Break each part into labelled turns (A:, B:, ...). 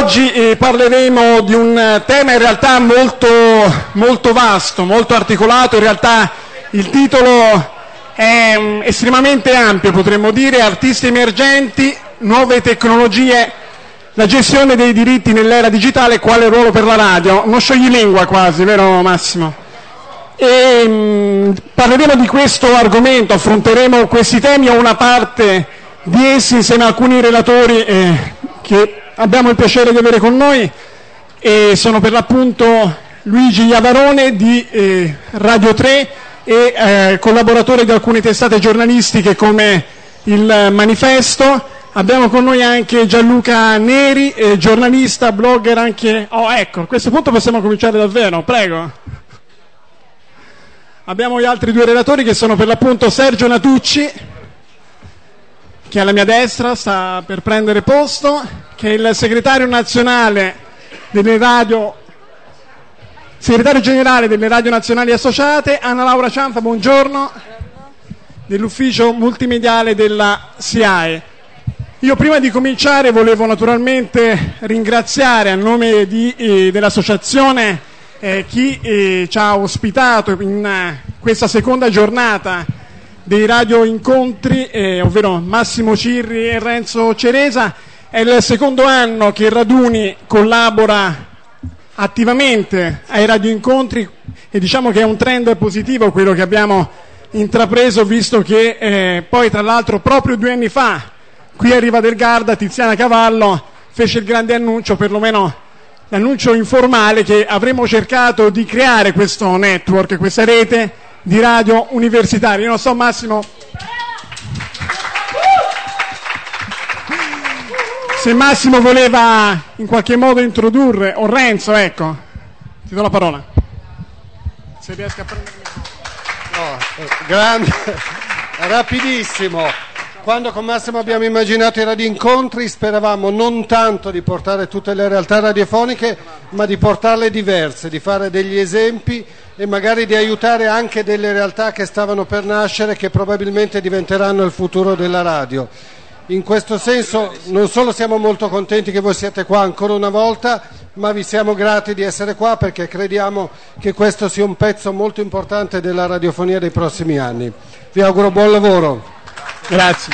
A: oggi parleremo di un tema in realtà molto vasto, molto articolato. In realtà il titolo è estremamente ampio, potremmo dire: artisti emergenti, nuove tecnologie, la gestione dei diritti nell'era digitale, quale ruolo per la radio. Uno scioglilingua quasi, vero Massimo? Parleremo di questo argomento, affronteremo questi temi o una parte di essi insieme a alcuni relatori che abbiamo il piacere di avere con noi, e sono per l'appunto Luigi Iavarone di Radio 3 e collaboratore di alcune testate giornalistiche come il Manifesto. Abbiamo con noi anche Gianluca Neri, giornalista, blogger anche. Ecco, a questo punto possiamo cominciare davvero, prego. Abbiamo gli altri due relatori che sono per l'appunto Sergio Natucci, che alla mia destra sta per prendere posto, che è il segretario nazionale delle radio, segretario generale delle radio nazionali associate, Anna Laura Cianfa, buongiorno, dell'ufficio multimediale della SIAE. Io prima di cominciare volevo naturalmente ringraziare a nome dell'associazione chi ci ha ospitato in questa seconda giornata dei radio incontri, ovvero Massimo Cirri e Renzo Ceresa. È il secondo anno che Raduni collabora attivamente ai radio incontri e diciamo che è un trend positivo quello che abbiamo intrapreso, visto che poi tra l'altro proprio 2 anni fa qui a Riva del Garda Tiziana Cavallo fece il grande annuncio, perlomeno l'annuncio informale, che avremmo cercato di creare questo network, questa rete di radio universitarie. Io non so, Massimo, se Massimo voleva in qualche modo introdurre, o Renzo, ecco, ti do la parola. Se riesco a prendere
B: grande, rapidissimo. Quando con Massimo abbiamo immaginato i radioincontri speravamo non tanto di portare tutte le realtà radiofoniche, ma di portarle diverse, di fare degli esempi e magari di aiutare anche delle realtà che stavano per nascere, che probabilmente diventeranno il futuro della radio. In questo senso non solo siamo molto contenti che voi siate qua ancora una volta, ma vi siamo grati di essere qua, perché crediamo che questo sia un pezzo molto importante della radiofonia dei prossimi anni. Vi auguro buon lavoro.
A: Grazie.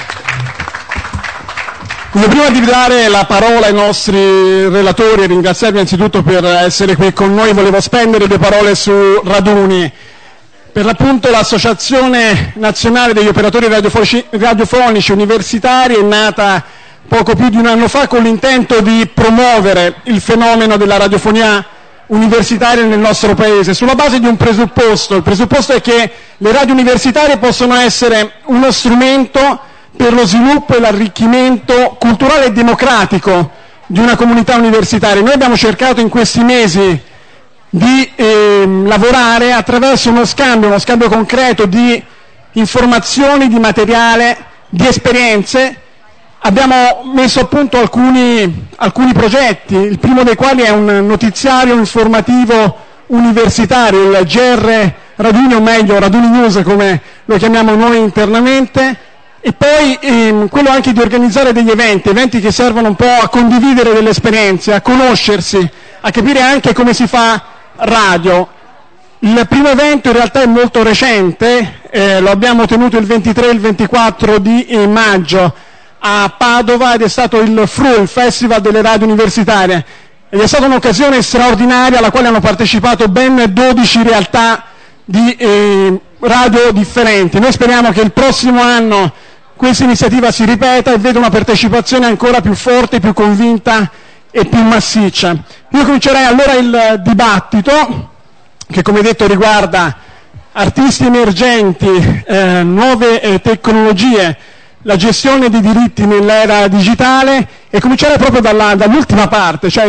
A: Prima di dare la parola ai nostri relatori e ringraziarvi innanzitutto per essere qui con noi, volevo spendere 2 parole su Raduni. Per l'appunto l'Associazione Nazionale degli Operatori Radiofonici Universitari è nata poco più di un anno fa con l'intento di promuovere il fenomeno della radiofonia universitaria nel nostro paese, sulla base di un presupposto. Il presupposto è che le radio universitarie possono essere uno strumento per lo sviluppo e l'arricchimento culturale e democratico di una comunità universitaria. Noi abbiamo cercato in questi mesi di lavorare attraverso uno scambio concreto di informazioni, di materiale, di esperienze. Abbiamo messo a punto alcuni progetti, il primo dei quali è un notiziario informativo universitario, il GR Raduni, o meglio Raduni News come lo chiamiamo noi internamente, e poi quello anche di organizzare degli eventi che servono un po' a condividere delle esperienze, a conoscersi, a capire anche come si fa radio. Il primo evento in realtà è molto recente, lo abbiamo tenuto il 23 e il 24 di maggio a Padova, ed è stato il FRU, il Festival delle Radio Universitarie, ed è stata un'occasione straordinaria alla quale hanno partecipato ben 12 realtà di radio differenti. Noi speriamo che il prossimo anno questa iniziativa si ripeta e veda una partecipazione ancora più forte, più convinta e più massiccia. Io comincerei allora il dibattito, che come detto riguarda artisti emergenti, nuove tecnologie, la gestione dei diritti nell'era digitale, e comincerei proprio dall'ultima parte, cioè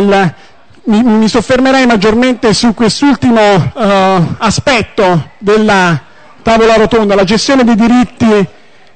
A: mi soffermerei maggiormente su quest'ultimo aspetto della tavola rotonda, la gestione dei diritti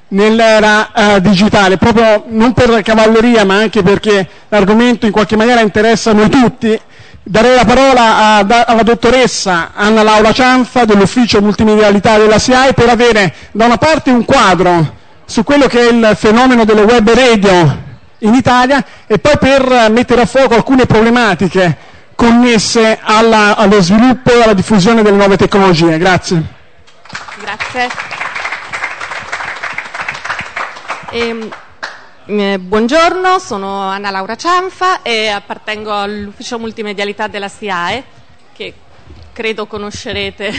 A: nell'era digitale, proprio non per cavalleria ma anche perché l'argomento in qualche maniera interessa noi tutti. Darei la parola alla dottoressa Anna Laura Cianfa dell'ufficio multimedialità della SIAE per avere da una parte un quadro su quello che è il fenomeno delle web radio in Italia, e poi per mettere a fuoco alcune problematiche connesse allo sviluppo e alla diffusione delle nuove tecnologie. Grazie.
C: Grazie. Buongiorno, sono Anna Laura Cianfa e appartengo all'ufficio multimedialità della SIAE, che credo conoscerete.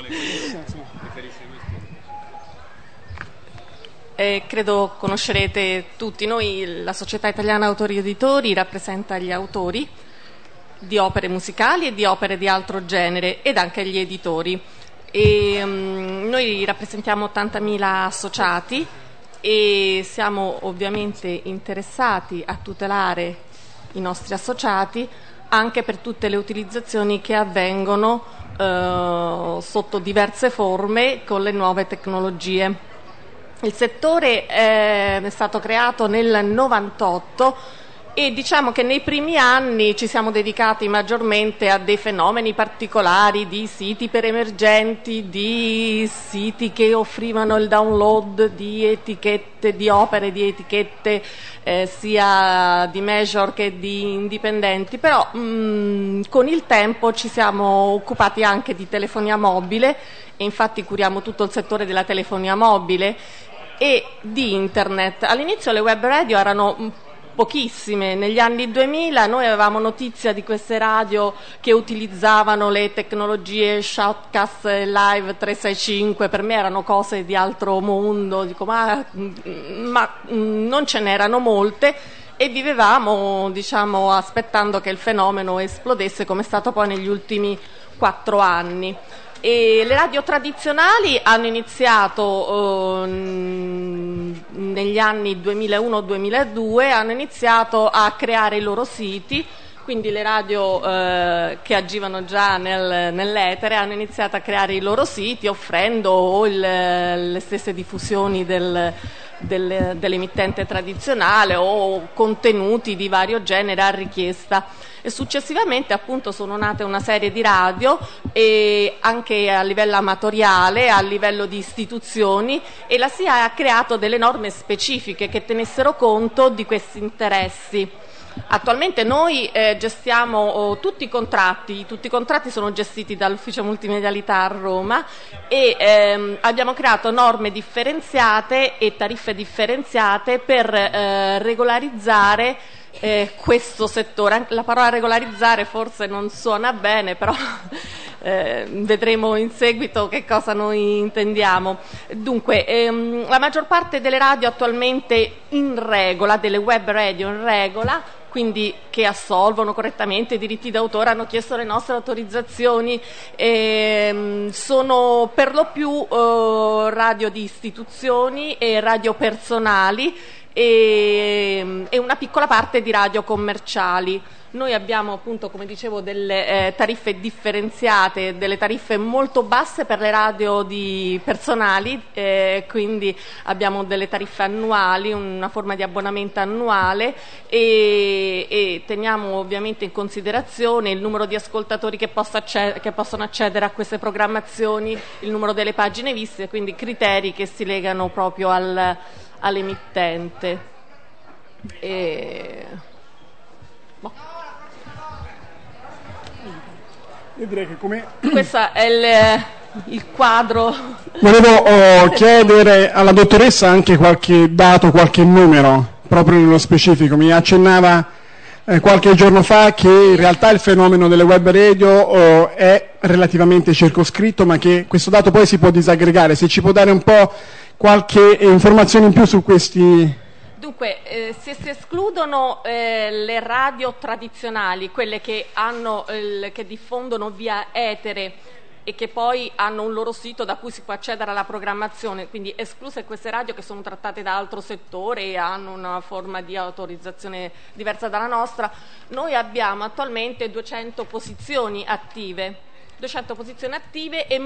C: Credo conoscerete tutti. Noi, la Società Italiana Autori Editori, rappresenta gli autori di opere musicali e di opere di altro genere ed anche gli editori. Noi rappresentiamo 80.000 associati e siamo ovviamente interessati a tutelare i nostri associati anche per tutte le utilizzazioni che avvengono sotto diverse forme con le nuove tecnologie. Il settore è stato creato nel 98 e diciamo che nei primi anni ci siamo dedicati maggiormente a dei fenomeni particolari di siti per emergenti, di siti che offrivano il download di etichette, di opere, di etichette sia di major che di indipendenti, però con il tempo ci siamo occupati anche di telefonia mobile e infatti curiamo tutto il settore della telefonia mobile e di internet. All'inizio le web radio erano pochissime. Negli anni 2000 noi avevamo notizia di queste radio che utilizzavano le tecnologie Shoutcast Live 365, per me erano cose di altro mondo, dico, ma non ce n'erano molte e vivevamo, diciamo, aspettando che il fenomeno esplodesse, come è stato poi negli ultimi 4 anni. E le radio tradizionali hanno iniziato negli anni 2001-2002, hanno iniziato a creare i loro siti, quindi le radio che agivano già nell'etere hanno iniziato a creare i loro siti offrendo le stesse diffusioni dell'emittente tradizionale o contenuti di vario genere a richiesta. E successivamente appunto sono nate una serie di radio e anche a livello amatoriale, a livello di istituzioni, e la SIA ha creato delle norme specifiche che tenessero conto di questi interessi. Attualmente noi gestiamo tutti i contratti sono gestiti dall'ufficio multimedialità a Roma e abbiamo creato norme differenziate e tariffe differenziate per regolarizzare questo settore. La parola regolarizzare forse non suona bene, però vedremo in seguito che cosa noi intendiamo. Dunque, la maggior parte delle radio attualmente in regola, delle web radio in regola, quindi che assolvono correttamente i diritti d'autore, hanno chiesto le nostre autorizzazioni, sono per lo più radio di istituzioni e radio personali e una piccola parte di radio commerciali. Noi abbiamo appunto, come dicevo, delle tariffe differenziate, delle tariffe molto basse per le radio di personali, quindi abbiamo delle tariffe annuali, una forma di abbonamento annuale e teniamo ovviamente in considerazione il numero di ascoltatori che possono accedere a queste programmazioni, il numero delle pagine viste, quindi criteri che si legano proprio all'emittente.
A: Io direi che come
C: questo è il quadro.
A: Volevo chiedere alla dottoressa anche qualche dato, qualche numero, proprio nello specifico. Mi accennava qualche giorno fa che in realtà il fenomeno delle web radio è relativamente circoscritto, ma che questo dato poi si può disaggregare. Se ci può dare un po' qualche informazione in più su questi.
C: Dunque, se si escludono le radio tradizionali, quelle che diffondono via etere e che poi hanno un loro sito da cui si può accedere alla programmazione, quindi escluse queste radio che sono trattate da altro settore e hanno una forma di autorizzazione diversa dalla nostra, noi abbiamo attualmente 200 posizioni attive e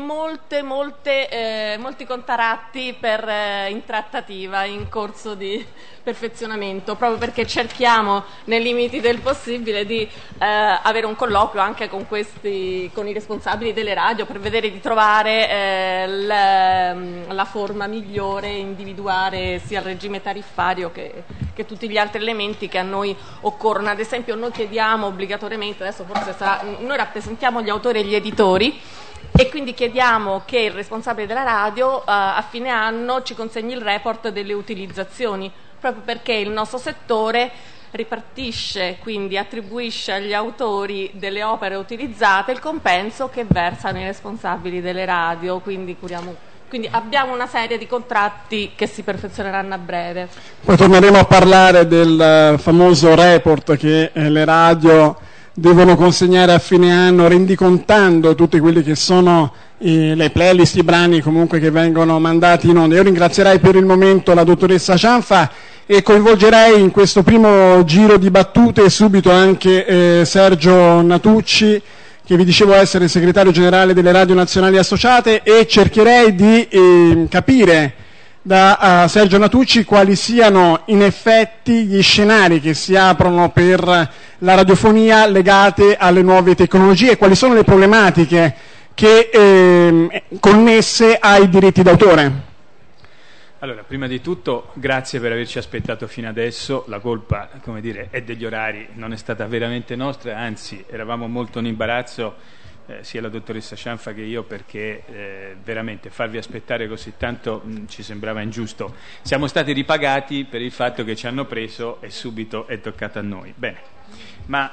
C: molti contratti in trattativa, in corso di perfezionamento, proprio perché cerchiamo nei limiti del possibile di avere un colloquio anche con i responsabili delle radio per vedere di trovare la forma migliore, individuare sia il regime tariffario che che tutti gli altri elementi che a noi occorrono. Ad esempio noi chiediamo obbligatoriamente, adesso forse noi rappresentiamo gli autori e gli editori, e quindi chiediamo che il responsabile della radio a fine anno ci consegni il report delle utilizzazioni, proprio perché il nostro settore ripartisce, quindi attribuisce agli autori delle opere utilizzate il compenso che versano i responsabili delle radio, quindi abbiamo una serie di contratti che si perfezioneranno a breve.
A: Poi torneremo a parlare del famoso report che le radio devono consegnare a fine anno, rendicontando tutti quelli che sono le playlist, i brani comunque che vengono mandati in onda. Io ringrazierei per il momento la dottoressa Cianfa e coinvolgerei in questo primo giro di battute subito anche Sergio Natucci, che vi dicevo essere il segretario generale delle radio nazionali associate, e cercherei di capire da Sergio Natucci quali siano in effetti gli scenari che si aprono per la radiofonia legate alle nuove tecnologie, quali sono le problematiche che connesse ai diritti d'autore.
D: Allora, prima di tutto grazie per averci aspettato fino adesso, la colpa, come dire, è degli orari, non è stata veramente nostra, anzi eravamo molto in imbarazzo, sia la dottoressa Cianfa che io, perché veramente farvi aspettare così tanto ci sembrava ingiusto. Siamo stati ripagati per il fatto che ci hanno preso e subito è toccato a noi. Bene, ma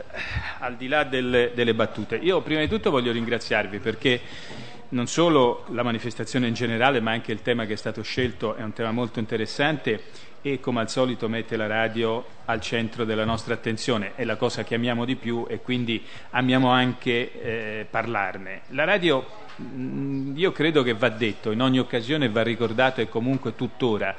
D: al di là delle battute, io prima di tutto voglio ringraziarvi, perché non solo la manifestazione in generale, ma anche il tema che è stato scelto è un tema molto interessante e come al solito mette la radio al centro della nostra attenzione, è la cosa che amiamo di più e quindi amiamo anche parlarne. La radio, io credo che va detto in ogni occasione, va ricordato, e comunque tuttora,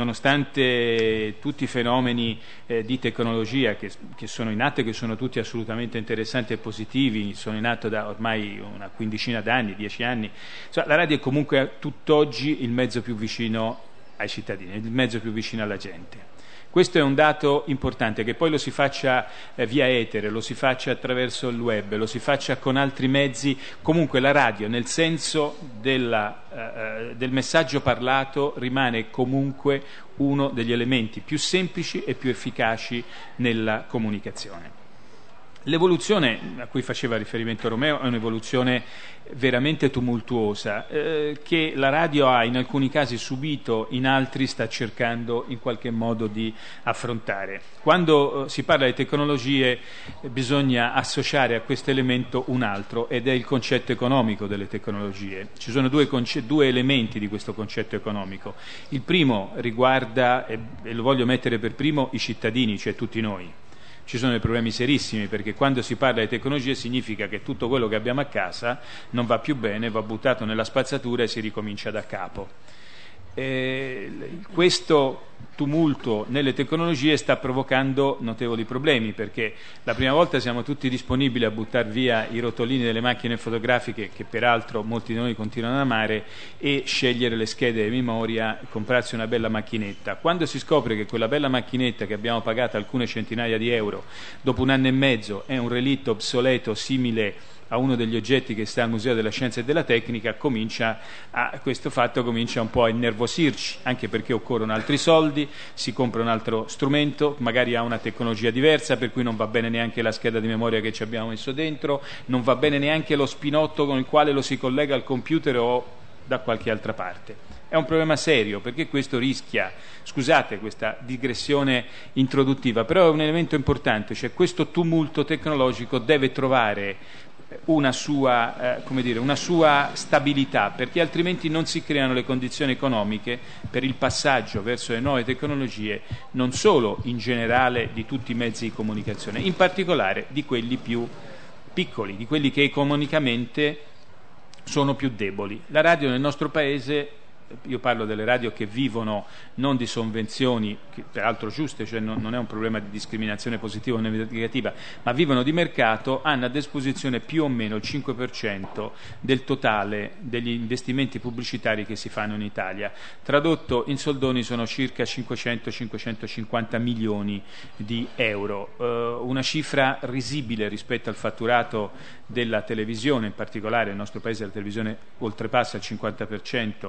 D: nonostante tutti i fenomeni di tecnologia che sono in atto e che sono tutti assolutamente interessanti e positivi, sono in atto da ormai una quindicina d'anni, 10 anni, insomma, la radio è comunque tutt'oggi il mezzo più vicino ai cittadini, il mezzo più vicino alla gente. Questo è un dato importante, che poi lo si faccia via etere, lo si faccia attraverso il web, lo si faccia con altri mezzi, comunque la radio nel senso del messaggio parlato rimane comunque uno degli elementi più semplici e più efficaci nella comunicazione. L'evoluzione a cui faceva riferimento Romeo è un'evoluzione veramente tumultuosa che la radio ha in alcuni casi subito, in altri sta cercando in qualche modo di affrontare. Quando si parla di tecnologie bisogna associare a questo elemento un altro, ed è il concetto economico delle tecnologie. Ci sono due elementi di questo concetto economico. Il primo riguarda, e lo voglio mettere per primo, i cittadini, cioè tutti noi. Ci sono dei problemi serissimi, perché quando si parla di tecnologie significa che tutto quello che abbiamo a casa non va più bene, va buttato nella spazzatura e si ricomincia da capo. Questo tumulto nelle tecnologie sta provocando notevoli problemi, perché la prima volta siamo tutti disponibili a buttare via i rotolini delle macchine fotografiche, che peraltro molti di noi continuano ad amare, e scegliere le schede di memoria, comprarsi una bella macchinetta. Quando si scopre che quella bella macchinetta che abbiamo pagato alcune centinaia di euro, dopo un anno e mezzo è un relitto obsoleto simile a uno degli oggetti che sta al Museo della Scienza e della Tecnica, questo fatto comincia un po' a innervosirci, anche perché occorrono altri soldi, si compra un altro strumento, magari ha una tecnologia diversa, per cui non va bene neanche la scheda di memoria che ci abbiamo messo dentro, non va bene neanche lo spinotto con il quale lo si collega al computer o da qualche altra parte. È un problema serio, perché questo rischia, scusate questa digressione introduttiva, però è un elemento importante, cioè questo tumulto tecnologico deve trovare una sua stabilità, perché altrimenti non si creano le condizioni economiche per il passaggio verso le nuove tecnologie, non solo in generale di tutti i mezzi di comunicazione, in particolare di quelli più piccoli, di quelli che economicamente sono più deboli. La radio nel nostro Paese, io parlo delle radio che vivono non di sovvenzioni, che peraltro giuste, cioè non è un problema di discriminazione positiva o negativa, ma vivono di mercato, hanno a disposizione più o meno il 5% del totale degli investimenti pubblicitari che si fanno in Italia. Tradotto in soldoni sono circa 500-550 milioni di euro, una cifra risibile rispetto al fatturato della televisione, in particolare nel nostro Paese la televisione oltrepassa il 50%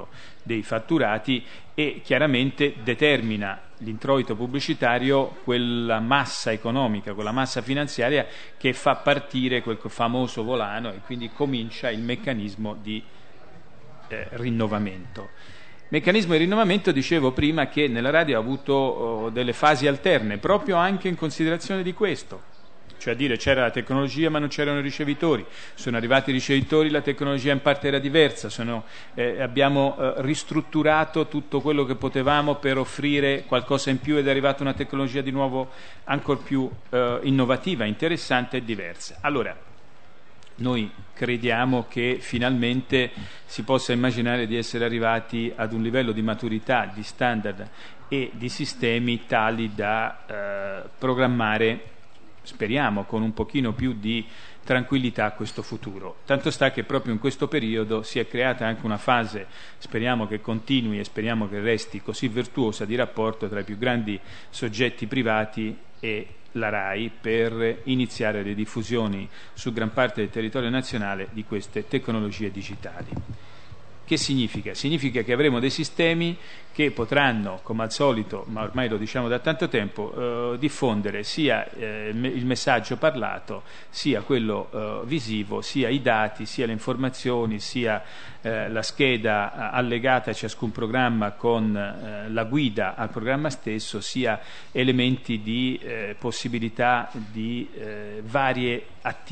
D: dei fatturati e chiaramente determina l'introito pubblicitario quella massa economica, quella massa finanziaria che fa partire quel famoso volano e quindi comincia il meccanismo di rinnovamento. Meccanismo di rinnovamento, dicevo prima, che nella radio ha avuto delle fasi alterne, proprio anche in considerazione di questo. Cioè a dire, c'era la tecnologia ma non c'erano i ricevitori, sono arrivati i ricevitori, la tecnologia in parte era diversa, abbiamo ristrutturato tutto quello che potevamo per offrire qualcosa in più ed è arrivata una tecnologia di nuovo ancora più innovativa, interessante e diversa. Allora, noi crediamo che finalmente si possa immaginare di essere arrivati ad un livello di maturità, di standard e di sistemi tali da programmare, speriamo, con un pochino più di tranquillità questo futuro. Tanto sta che proprio in questo periodo si è creata anche una fase, speriamo che continui e speriamo che resti così virtuosa, di rapporto tra i più grandi soggetti privati e la RAI per iniziare le diffusioni su gran parte del territorio nazionale di queste tecnologie digitali. Che significa? Significa che avremo dei sistemi che potranno, come al solito, ma ormai lo diciamo da tanto tempo, diffondere sia il messaggio parlato, sia quello visivo, sia i dati, sia le informazioni, sia la scheda allegata a ciascun programma con la guida al programma stesso, sia elementi di possibilità di varie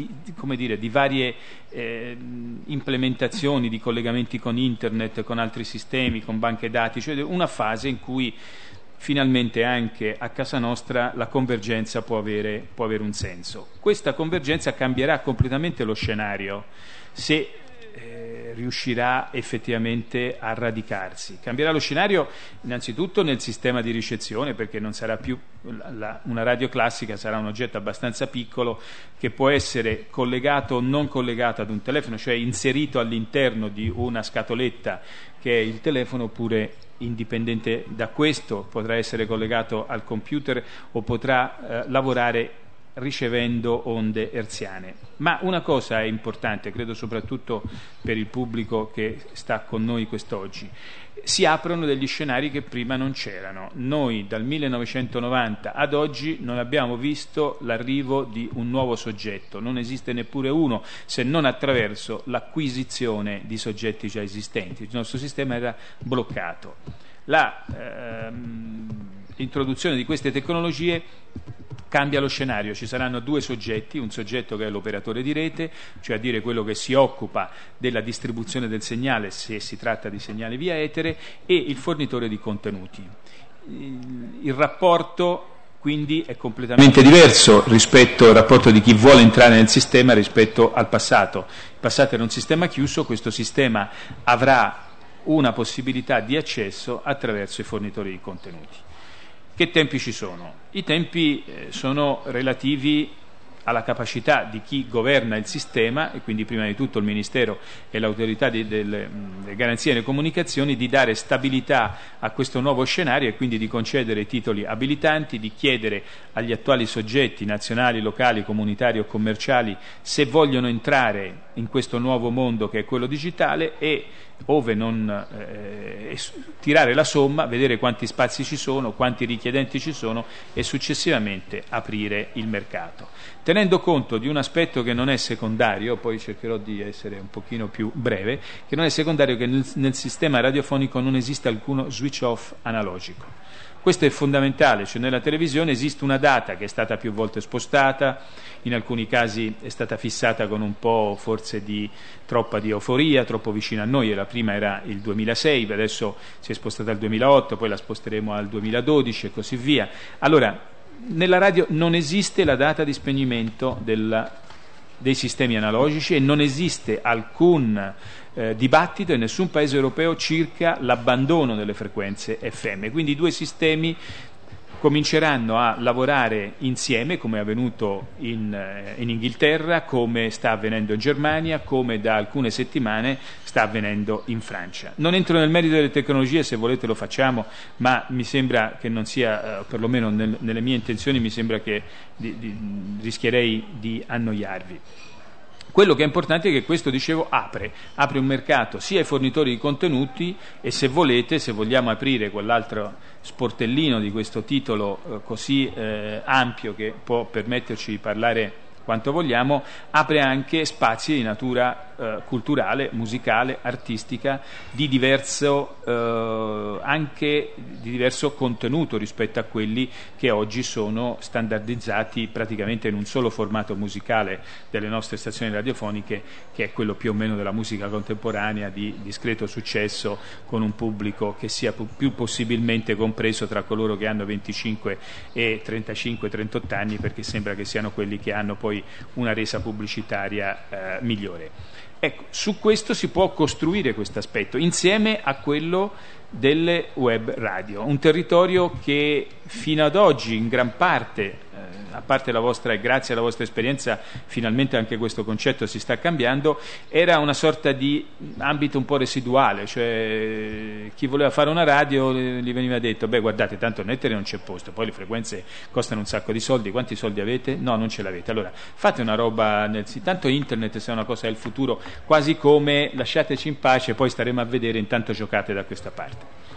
D: implementazioni di collegamenti con internet, con altri sistemi, con banche dati, cioè una fase in cui finalmente anche a casa nostra la convergenza può avere un senso. Questa convergenza cambierà completamente lo scenario se riuscirà effettivamente a radicarsi. Cambierà lo scenario innanzitutto nel sistema di ricezione, perché non sarà più una radio classica, sarà un oggetto abbastanza piccolo che può essere collegato o non collegato ad un telefono, cioè inserito all'interno di una scatoletta che è il telefono, oppure indipendente da questo potrà essere collegato al computer o potrà lavorare ricevendo onde hertziane. Ma una cosa è importante, credo soprattutto per il pubblico che sta con noi quest'oggi: si aprono degli scenari che prima non c'erano. Noi dal 1990 ad oggi non abbiamo visto l'arrivo di un nuovo soggetto, non esiste neppure uno, se non attraverso l'acquisizione di soggetti già esistenti. Il nostro sistema era bloccato. L'introduzione di queste tecnologie cambia lo scenario. Ci saranno due soggetti, un soggetto che è l'operatore di rete, cioè a dire quello che si occupa della distribuzione del segnale se si tratta di segnale via etere, e il fornitore di contenuti. Il rapporto quindi è completamente diverso rispetto al rapporto di chi vuole entrare nel sistema rispetto al passato. Il passato era un sistema chiuso, questo sistema avrà una possibilità di accesso attraverso i fornitori di contenuti. Che tempi ci sono? I tempi sono relativi alla capacità di chi governa il sistema, e quindi prima di tutto il Ministero e l'autorità delle garanzie delle comunicazioni, di dare stabilità a questo nuovo scenario e quindi di concedere titoli abilitanti, di chiedere agli attuali soggetti nazionali, locali, comunitari o commerciali se vogliono entrare in questo nuovo mondo che è quello digitale e, ove non tirare la somma, vedere quanti spazi ci sono, quanti richiedenti ci sono e successivamente aprire il mercato, tenendo conto di un aspetto che non è secondario. Poi cercherò di essere un pochino più breve, che non è secondario, che nel sistema radiofonico non esiste alcuno switch off analogico. Questo è fondamentale, cioè nella televisione esiste una data che è stata più volte spostata, in alcuni casi è stata fissata con un po' forse di troppa di euforia, troppo vicina a noi, e la prima era il 2006, adesso si è spostata al 2008, poi la sposteremo al 2012 e così via. Allora, nella radio non esiste la data di spegnimento dei sistemi analogici e non esiste alcun dibattito in nessun paese europeo circa l'abbandono delle frequenze FM. Quindi i due sistemi cominceranno a lavorare insieme, come è avvenuto in Inghilterra, come sta avvenendo in Germania, come da alcune settimane sta avvenendo in Francia. Non entro nel merito delle tecnologie, se volete lo facciamo, ma mi sembra che non sia, perlomeno nelle mie intenzioni, mi sembra che rischierei di annoiarvi. Quello che è importante è che questo, dicevo, apre un mercato sia ai fornitori di contenuti e, se volete, se vogliamo aprire quell'altro sportellino di questo titolo così ampio che può permetterci di parlare quanto vogliamo, apre anche spazi di natura culturale, musicale, artistica, di diverso anche di diverso contenuto rispetto a quelli che oggi sono standardizzati praticamente in un solo formato musicale delle nostre stazioni radiofoniche, che è quello più o meno della musica contemporanea di discreto successo, con un pubblico che sia più possibilmente compreso tra coloro che hanno 25 e 35-38 anni, perché sembra che siano quelli che hanno poi una resa pubblicitaria migliore. Ecco, su questo si può costruire questo aspetto insieme a quello delle web radio, un territorio che fino ad oggi in gran parte, a parte la vostra e grazie alla vostra esperienza, finalmente anche questo concetto si sta cambiando, era una sorta di ambito un po' residuale, cioè chi voleva fare una radio gli veniva detto: beh, guardate, tanto nell'etere non c'è posto, poi le frequenze costano un sacco di soldi, quanti soldi avete? No, non ce l'avete, allora fate una roba tanto internet sia una cosa del futuro, quasi come lasciateci in pace, poi staremo a vedere, intanto giocate da questa parte.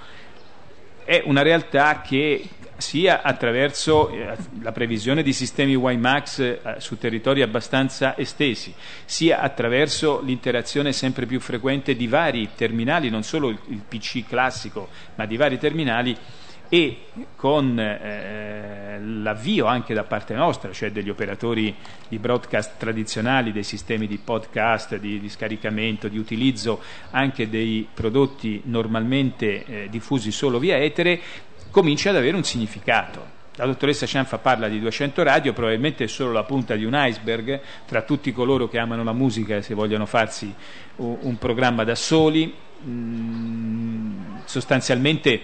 D: È una realtà che sia attraverso la previsione di sistemi WiMAX su territori abbastanza estesi, sia attraverso l'interazione sempre più frequente di vari terminali, non solo il PC classico, ma di vari terminali, e con l'avvio anche da parte nostra, cioè degli operatori di broadcast tradizionali, dei sistemi di podcast, di scaricamento, di utilizzo anche dei prodotti normalmente diffusi solo via etere, comincia ad avere un significato. La dottoressa Cianfa parla di 200 radio, probabilmente è solo la punta di un iceberg tra tutti coloro che amano la musica e se vogliono farsi un programma da soli. Sostanzialmente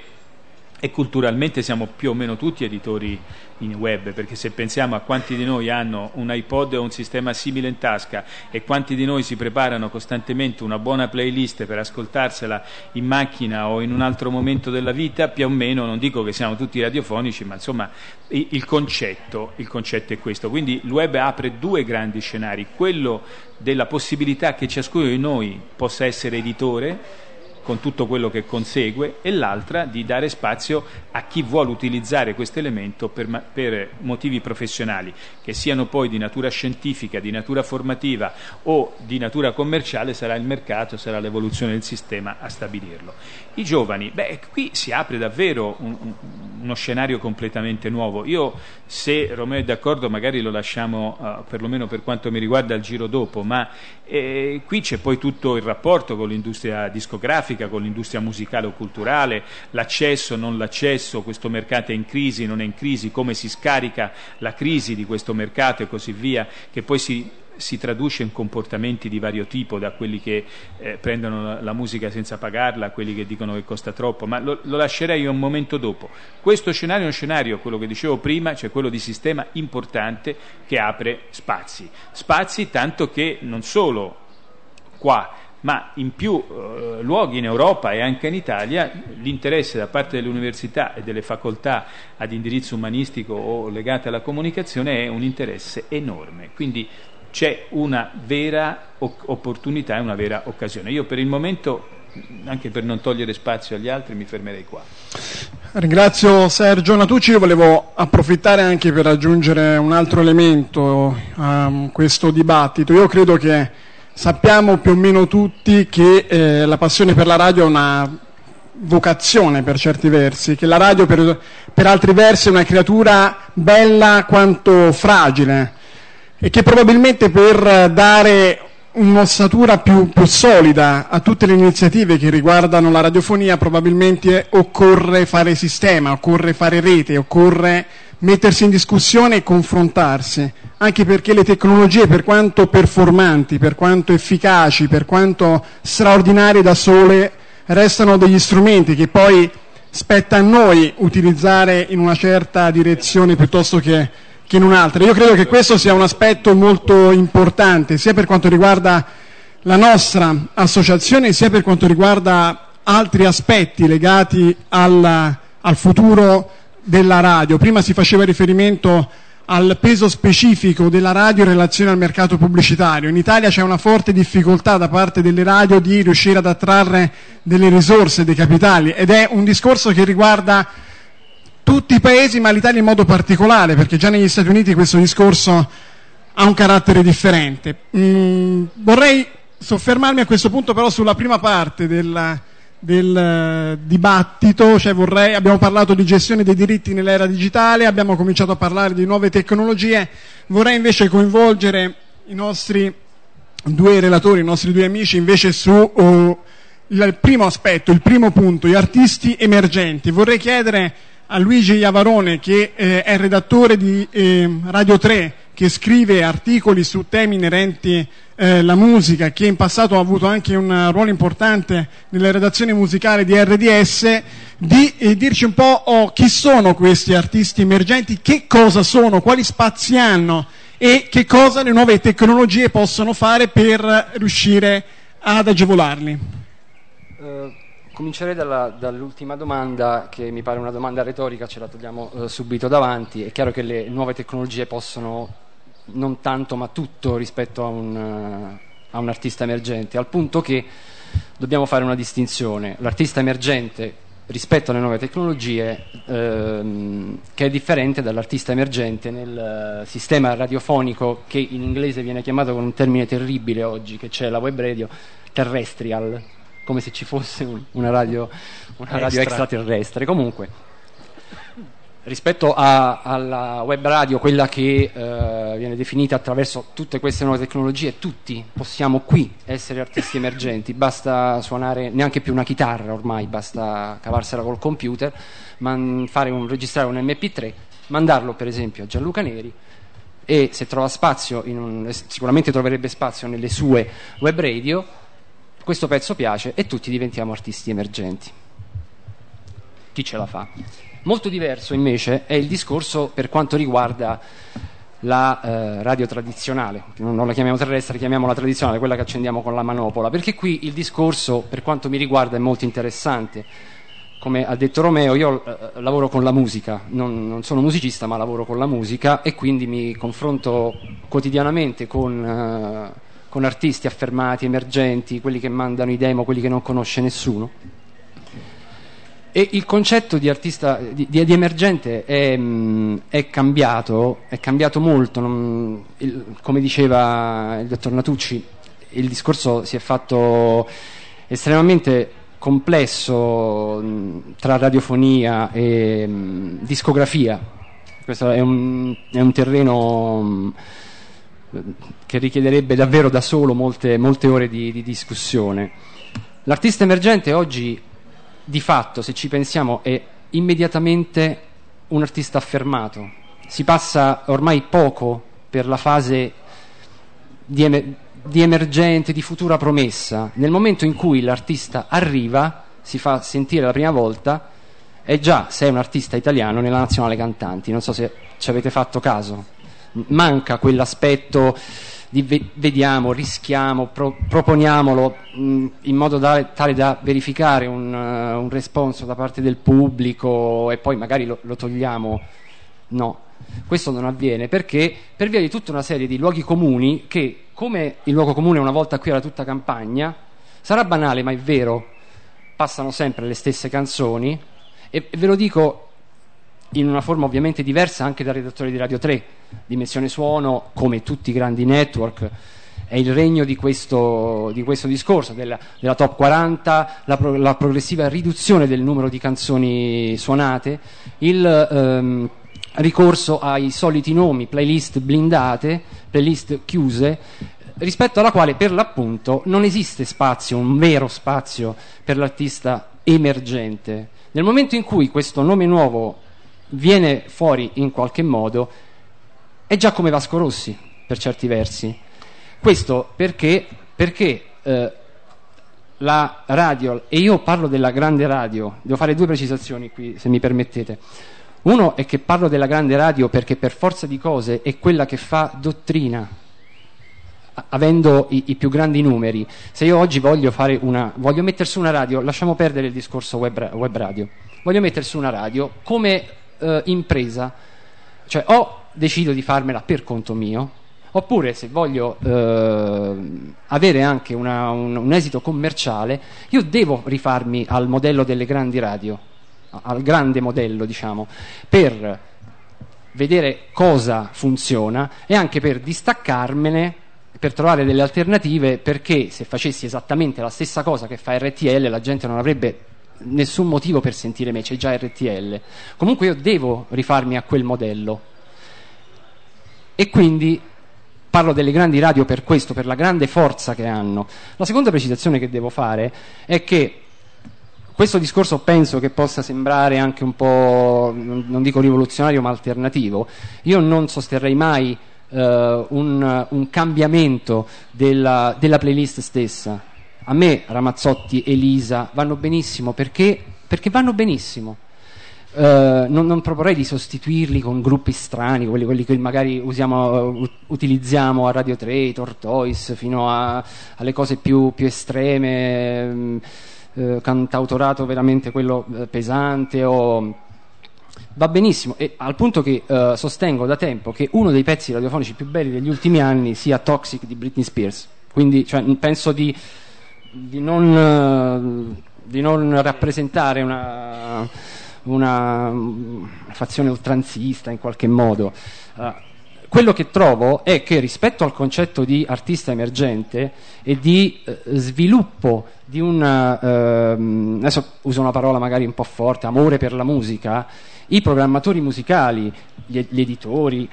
D: e culturalmente siamo più o meno tutti editori in web, perché se pensiamo a quanti di noi hanno un iPod o un sistema simile in tasca e quanti di noi si preparano costantemente una buona playlist per ascoltarsela in macchina o in un altro momento della vita, più o meno, non dico che siamo tutti radiofonici, ma insomma il concetto è questo. Quindi il web apre due grandi scenari: quello della possibilità che ciascuno di noi possa essere editore con tutto quello che consegue, e l'altra di dare spazio a chi vuole utilizzare questo elemento per motivi professionali, che siano poi di natura scientifica, di natura formativa o di natura commerciale. Sarà il mercato, sarà l'evoluzione del sistema a stabilirlo. I giovani, qui si apre davvero uno scenario completamente nuovo. Io, se Romeo è d'accordo, magari lo lasciamo perlomeno per quanto mi riguarda al giro dopo, ma qui c'è poi tutto il rapporto con l'industria discografica, con l'industria musicale o culturale, l'accesso, non l'accesso, questo mercato è in crisi, non è in crisi, come si scarica la crisi di questo mercato e così via, che poi si traduce in comportamenti di vario tipo, da quelli che prendono la musica senza pagarla a quelli che dicono che costa troppo, ma lo lascerei un momento dopo. Questo scenario è un scenario, quello che dicevo prima, cioè quello di sistema importante che apre spazi, tanto che non solo qua ma in più luoghi in Europa e anche in Italia l'interesse da parte delle università e delle facoltà ad indirizzo umanistico o legate alla comunicazione è un interesse enorme, quindi c'è una vera opportunità e una vera occasione. Io per il momento, anche per non togliere spazio agli altri, mi fermerei qua.
A: Ringrazio Sergio Natucci. Io volevo approfittare anche per aggiungere un altro elemento a questo dibattito. Io credo che sappiamo più o meno tutti che la passione per la radio è una vocazione per certi versi, che la radio per altri versi è una creatura bella quanto fragile, e che probabilmente per dare un'ossatura più solida a tutte le iniziative che riguardano la radiofonia probabilmente occorre fare sistema, occorre fare rete, occorre mettersi in discussione e confrontarsi, anche perché le tecnologie, per quanto performanti, per quanto efficaci, per quanto straordinarie da sole, restano degli strumenti che poi spetta a noi utilizzare in una certa direzione piuttosto che in un'altra. Io credo che questo sia un aspetto molto importante, sia per quanto riguarda la nostra associazione, sia per quanto riguarda altri aspetti legati al futuro della radio. Prima si faceva riferimento al peso specifico della radio in relazione al mercato pubblicitario. In Italia c'è una forte difficoltà da parte delle radio di riuscire ad attrarre delle risorse, dei capitali, ed è un discorso che riguarda tutti i paesi, ma l'Italia in modo particolare, perché già negli Stati Uniti questo discorso ha un carattere differente. Vorrei soffermarmi a questo punto però sulla prima parte del dibattito, cioè abbiamo parlato di gestione dei diritti nell'era digitale, abbiamo cominciato a parlare di nuove tecnologie. Vorrei invece coinvolgere i nostri due relatori, i nostri due amici, invece su il primo aspetto, il primo punto, gli artisti emergenti. Vorrei chiedere a Luigi Iavarone, che è redattore di Radio 3, che scrive articoli su temi inerenti la musica, che in passato ha avuto anche un ruolo importante nella redazione musicale di RDS, di dirci un po' chi sono questi artisti emergenti, che cosa sono, quali spazi hanno e che cosa le nuove tecnologie possono fare per riuscire ad agevolarli.
E: Comincerei dall'ultima domanda, che mi pare una domanda retorica, ce la togliamo subito davanti. È chiaro che le nuove tecnologie possono non tanto ma tutto rispetto a un artista emergente, al punto che dobbiamo fare una distinzione. L'artista emergente rispetto alle nuove tecnologie che è differente dall'artista emergente nel sistema radiofonico, che in inglese viene chiamato con un termine terribile oggi, che c'è la web radio, terrestrial, come se ci fosse una radio extraterrestre. Comunque, rispetto alla web radio, quella che viene definita attraverso tutte queste nuove tecnologie, tutti possiamo qui essere artisti emergenti. Basta suonare neanche più una chitarra ormai, basta cavarsela col computer, registrare un MP3, mandarlo per esempio a Gianluca Neri, e se trova spazio sicuramente troverebbe spazio nelle sue web radio. Questo pezzo piace e tutti diventiamo artisti emergenti. Chi ce la fa? Molto diverso invece è il discorso per quanto riguarda la radio tradizionale. Non la chiamiamo terrestre, chiamiamola tradizionale, quella che accendiamo con la manopola, perché qui il discorso, per quanto mi riguarda, è molto interessante. Come ha detto Romeo, io lavoro con la musica, non sono musicista, ma lavoro con la musica, e quindi mi confronto quotidianamente con artisti affermati, emergenti, quelli che mandano i demo, quelli che non conosce nessuno. E il concetto di artista, di emergente è cambiato molto. Come diceva il dottor Natucci, il discorso si è fatto estremamente complesso tra radiofonia e discografia. Questo è un terreno che richiederebbe davvero da solo molte ore di discussione. L'artista emergente oggi, di fatto, se ci pensiamo, è immediatamente un artista affermato. Si passa ormai poco per la fase di emergente, di futura promessa. Nel momento in cui l'artista arriva, si fa sentire la prima volta, è già, se è un artista italiano, nella nazionale cantanti. Non so se ci avete fatto caso. Manca quell'aspetto di vediamo, rischiamo, proponiamolo in modo tale da verificare un responso da parte del pubblico e poi magari lo togliamo. No, questo non avviene perché per via di tutta una serie di luoghi comuni che, come il luogo comune una volta qui era tutta campagna, sarà banale ma è vero, passano sempre le stesse canzoni, e ve lo dico in una forma ovviamente diversa anche da redattore di Radio 3. Dimensione Suono, come tutti i grandi network, è il regno di questo discorso della top 40, la progressiva riduzione del numero di canzoni suonate, il ricorso ai soliti nomi, playlist blindate, playlist chiuse, rispetto alla quale per l'appunto non esiste spazio, un vero spazio per l'artista emergente. Nel momento in cui questo nome nuovo viene fuori in qualche modo, è già come Vasco Rossi per certi versi. Questo perché la radio, e io parlo della grande radio, devo fare due precisazioni qui se mi permettete. Uno è che parlo della grande radio perché per forza di cose è quella che fa dottrina, avendo i più grandi numeri. Se io oggi voglio mettere su una radio, lasciamo perdere il discorso web radio, voglio mettere su una radio come impresa, cioè ho decido di farmela per conto mio, oppure se voglio avere anche un esito commerciale, io devo rifarmi al modello delle grandi radio, al grande modello, diciamo, per vedere cosa funziona e anche per distaccarmene, per trovare delle alternative, perché se facessi esattamente la stessa cosa che fa RTL la gente non avrebbe nessun motivo per sentire me, c'è già RTL. Comunque io devo rifarmi a quel modello, e quindi parlo delle grandi radio per questo, per la grande forza che hanno. La seconda precisazione che devo fare è che questo discorso penso che possa sembrare anche un po', non dico rivoluzionario, ma alternativo. Io non sosterrei mai un cambiamento della playlist stessa. A me Ramazzotti, Elisa vanno benissimo, perché vanno benissimo. Non proporrei di sostituirli con gruppi strani, quelli che magari utilizziamo a Radio 3, i Tortoise, fino alle cose più estreme, cantautorato veramente quello pesante, va benissimo, e al punto che sostengo da tempo che uno dei pezzi radiofonici più belli degli ultimi anni sia Toxic di Britney Spears. Quindi penso di non rappresentare una fazione oltranzista in qualche modo. Quello che trovo è che rispetto al concetto di artista emergente e di sviluppo di adesso uso una parola magari un po' forte, amore per la musica, i programmatori musicali, gli editori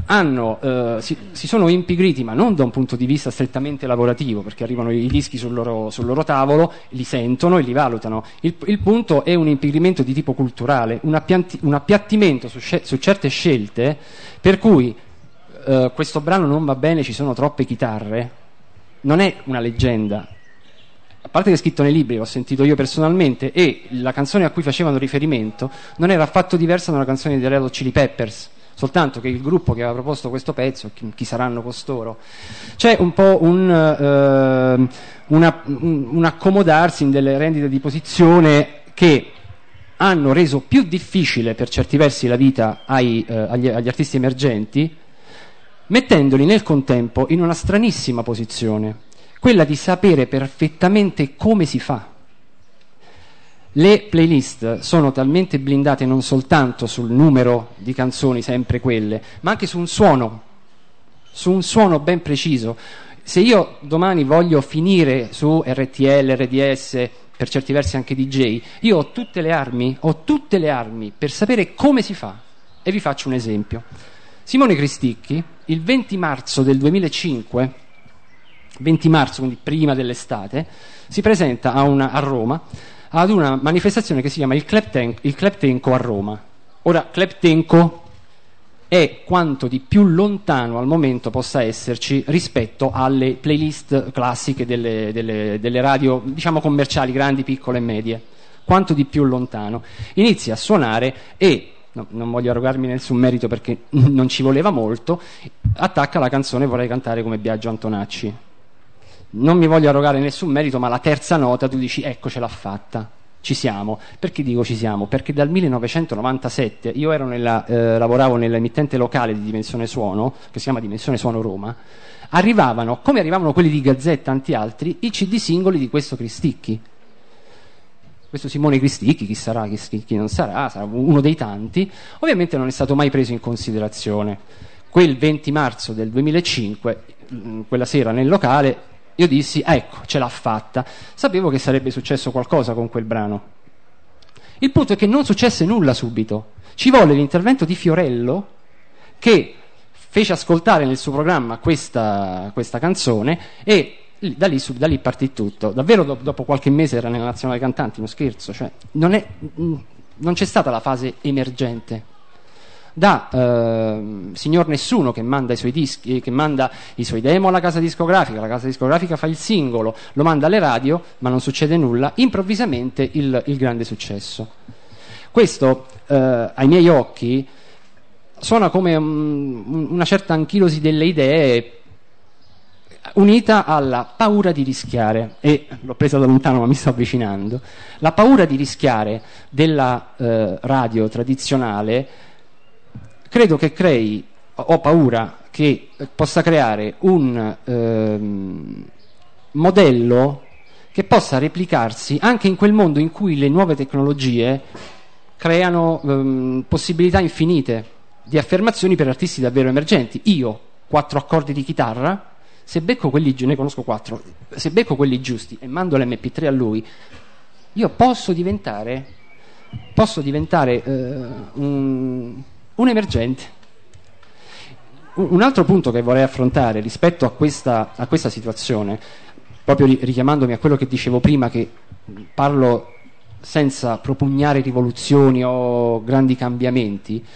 E: si sono impigriti, ma non da un punto di vista strettamente lavorativo, perché arrivano i dischi sul loro tavolo, li sentono e li valutano. Il punto è un impigrimento di tipo culturale, un appiattimento su certe scelte, per cui questo brano non va bene, ci sono troppe chitarre. Non è una leggenda, a parte che è scritto nei libri, l'ho sentito io personalmente, e la canzone a cui facevano riferimento non era affatto diversa da una canzone dei Red Hot Chili Peppers, soltanto che il gruppo che aveva proposto questo pezzo, chi saranno costoro, c'è un po' un accomodarsi in delle rendite di posizione che hanno reso più difficile per certi versi la vita agli artisti emergenti, mettendoli nel contempo in una stranissima posizione, quella di sapere perfettamente come si fa. Le playlist sono talmente blindate non soltanto sul numero di canzoni, sempre quelle, ma anche su un suono ben preciso. Se io domani voglio finire su RTL, RDS, per certi versi anche DJ, io ho tutte le armi per sapere come si fa. E vi faccio un esempio. Simone Cristicchi, il 20 marzo del 2005, 20 marzo, quindi prima dell'estate, si presenta a Roma ad una manifestazione che si chiama il Club Tenco a Roma. Ora, Club Tenco è quanto di più lontano al momento possa esserci rispetto alle playlist classiche delle radio, diciamo commerciali, grandi, piccole e medie. Quanto di più lontano. Inizia a suonare e, non voglio arrogarmi nessun merito perché non ci voleva molto, attacca la canzone Vorrei cantare come Biagio Antonacci. Non mi voglio arrogare nessun merito, ma la terza nota tu dici ecco, ce l'ha fatta, ci siamo. Perché dico ci siamo? Perché dal 1997 io lavoravo nell'emittente locale di Dimensione Suono, che si chiama Dimensione Suono Roma. Arrivavano, come arrivavano quelli di Gazzetta e tanti altri, i CD singoli di questo Cristicchi. Questo Simone Cristicchi, chi sarà, chi non sarà uno dei tanti. Ovviamente non è stato mai preso in considerazione. Quel 20 marzo del 2005, quella sera nel locale, io dissi, ecco, ce l'ha fatta. Sapevo che sarebbe successo qualcosa con quel brano. Il punto è che non successe nulla subito. Ci volle l'intervento di Fiorello, che fece ascoltare nel suo programma questa canzone, e da lì partì tutto. Davvero dopo qualche mese era nella Nazionale Cantanti, uno scherzo. Cioè, non c'è stata la fase emergente. Da signor Nessuno che manda i suoi dischi, che manda i suoi demo alla casa discografica, la casa discografica fa il singolo, lo manda alle radio, ma non succede nulla, improvvisamente il grande successo. Questo ai miei occhi suona come una certa anchilosi delle idee unita alla paura di rischiare, e l'ho presa da lontano ma mi sto avvicinando, la paura di rischiare della radio tradizionale. Credo che crei ho paura che possa creare un modello che possa replicarsi anche in quel mondo in cui le nuove tecnologie creano possibilità infinite di affermazioni per artisti davvero emergenti. Io 4 accordi di chitarra, se becco quelli, ne conosco 4, se becco quelli giusti e mando l'MP3 a lui, io posso diventare un emergente. Un altro punto che vorrei affrontare rispetto a questa situazione, proprio richiamandomi a quello che dicevo prima, che parlo senza propugnare rivoluzioni o grandi cambiamenti,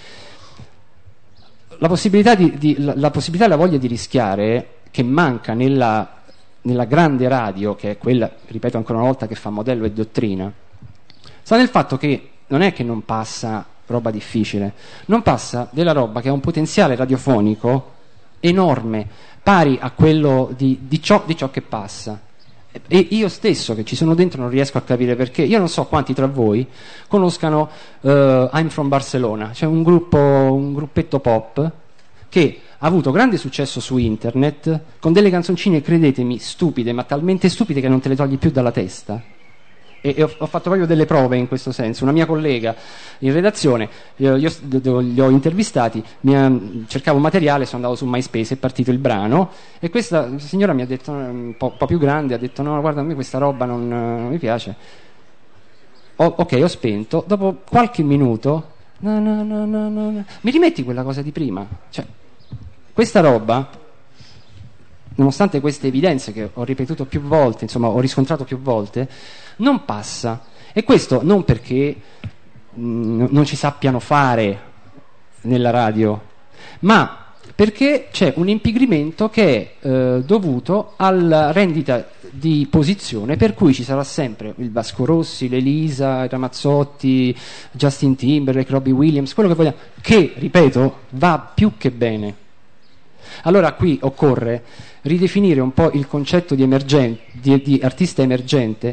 E: la possibilità e la voglia di rischiare che manca nella grande radio, che è quella, ripeto ancora una volta, che fa modello e dottrina, sta nel fatto che non è che non passa roba difficile, non passa della roba che ha un potenziale radiofonico enorme, pari a quello di ciò che passa. E io stesso, che ci sono dentro, non riesco a capire perché. Io non so quanti tra voi conoscano I'm from Barcelona, cioè un gruppetto pop che ha avuto grande successo su internet con delle canzoncine, credetemi, stupide, ma talmente stupide che non te le togli più dalla testa. E ho fatto proprio delle prove in questo senso. Una mia collega in redazione, li ho intervistati, cercavo materiale, sono andato su MySpace, è partito il brano e questa signora mi ha detto, un po' più grande, ha detto: no, guarda, a me questa roba non mi piace. Ok, ho spento. Dopo qualche minuto, no, mi rimetti quella cosa di prima? Cioè, questa roba, nonostante queste evidenze che ho ripetuto più volte, insomma ho riscontrato più volte, non passa. E questo non perché non ci sappiano fare nella radio, ma perché c'è un impigrimento che è dovuto alla rendita di posizione, per cui ci sarà sempre il Vasco Rossi, l'Elisa, i Ramazzotti, Justin Timberlake, Robbie Williams, quello che vogliamo, che, ripeto, va più che bene. Allora qui occorre ridefinire un po' il concetto di artista emergente,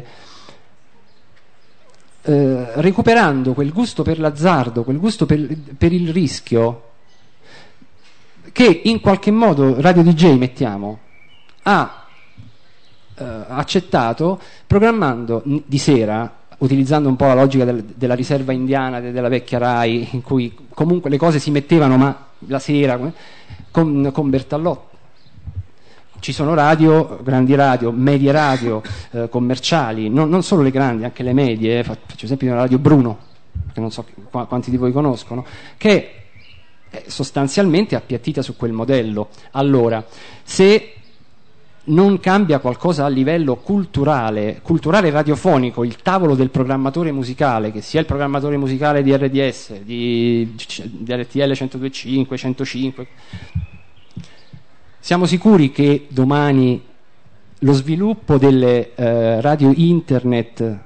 E: recuperando quel gusto per l'azzardo, quel gusto per il rischio che in qualche modo Radio DJ, mettiamo, ha accettato, programmando di sera, utilizzando un po' la logica della riserva indiana della vecchia Rai, in cui comunque le cose si mettevano ma la sera, con Bertallotto. Ci sono radio, grandi radio, medie radio, commerciali, non solo le grandi, anche le medie. Faccio esempio della Radio Bruno, che non so quanti di voi conoscono, che è sostanzialmente appiattita su quel modello. Allora, se non cambia qualcosa a livello culturale radiofonico, il tavolo del programmatore musicale, che sia il programmatore musicale di RDS, di RTL 102.5, 105, siamo sicuri che domani lo sviluppo delle radio internet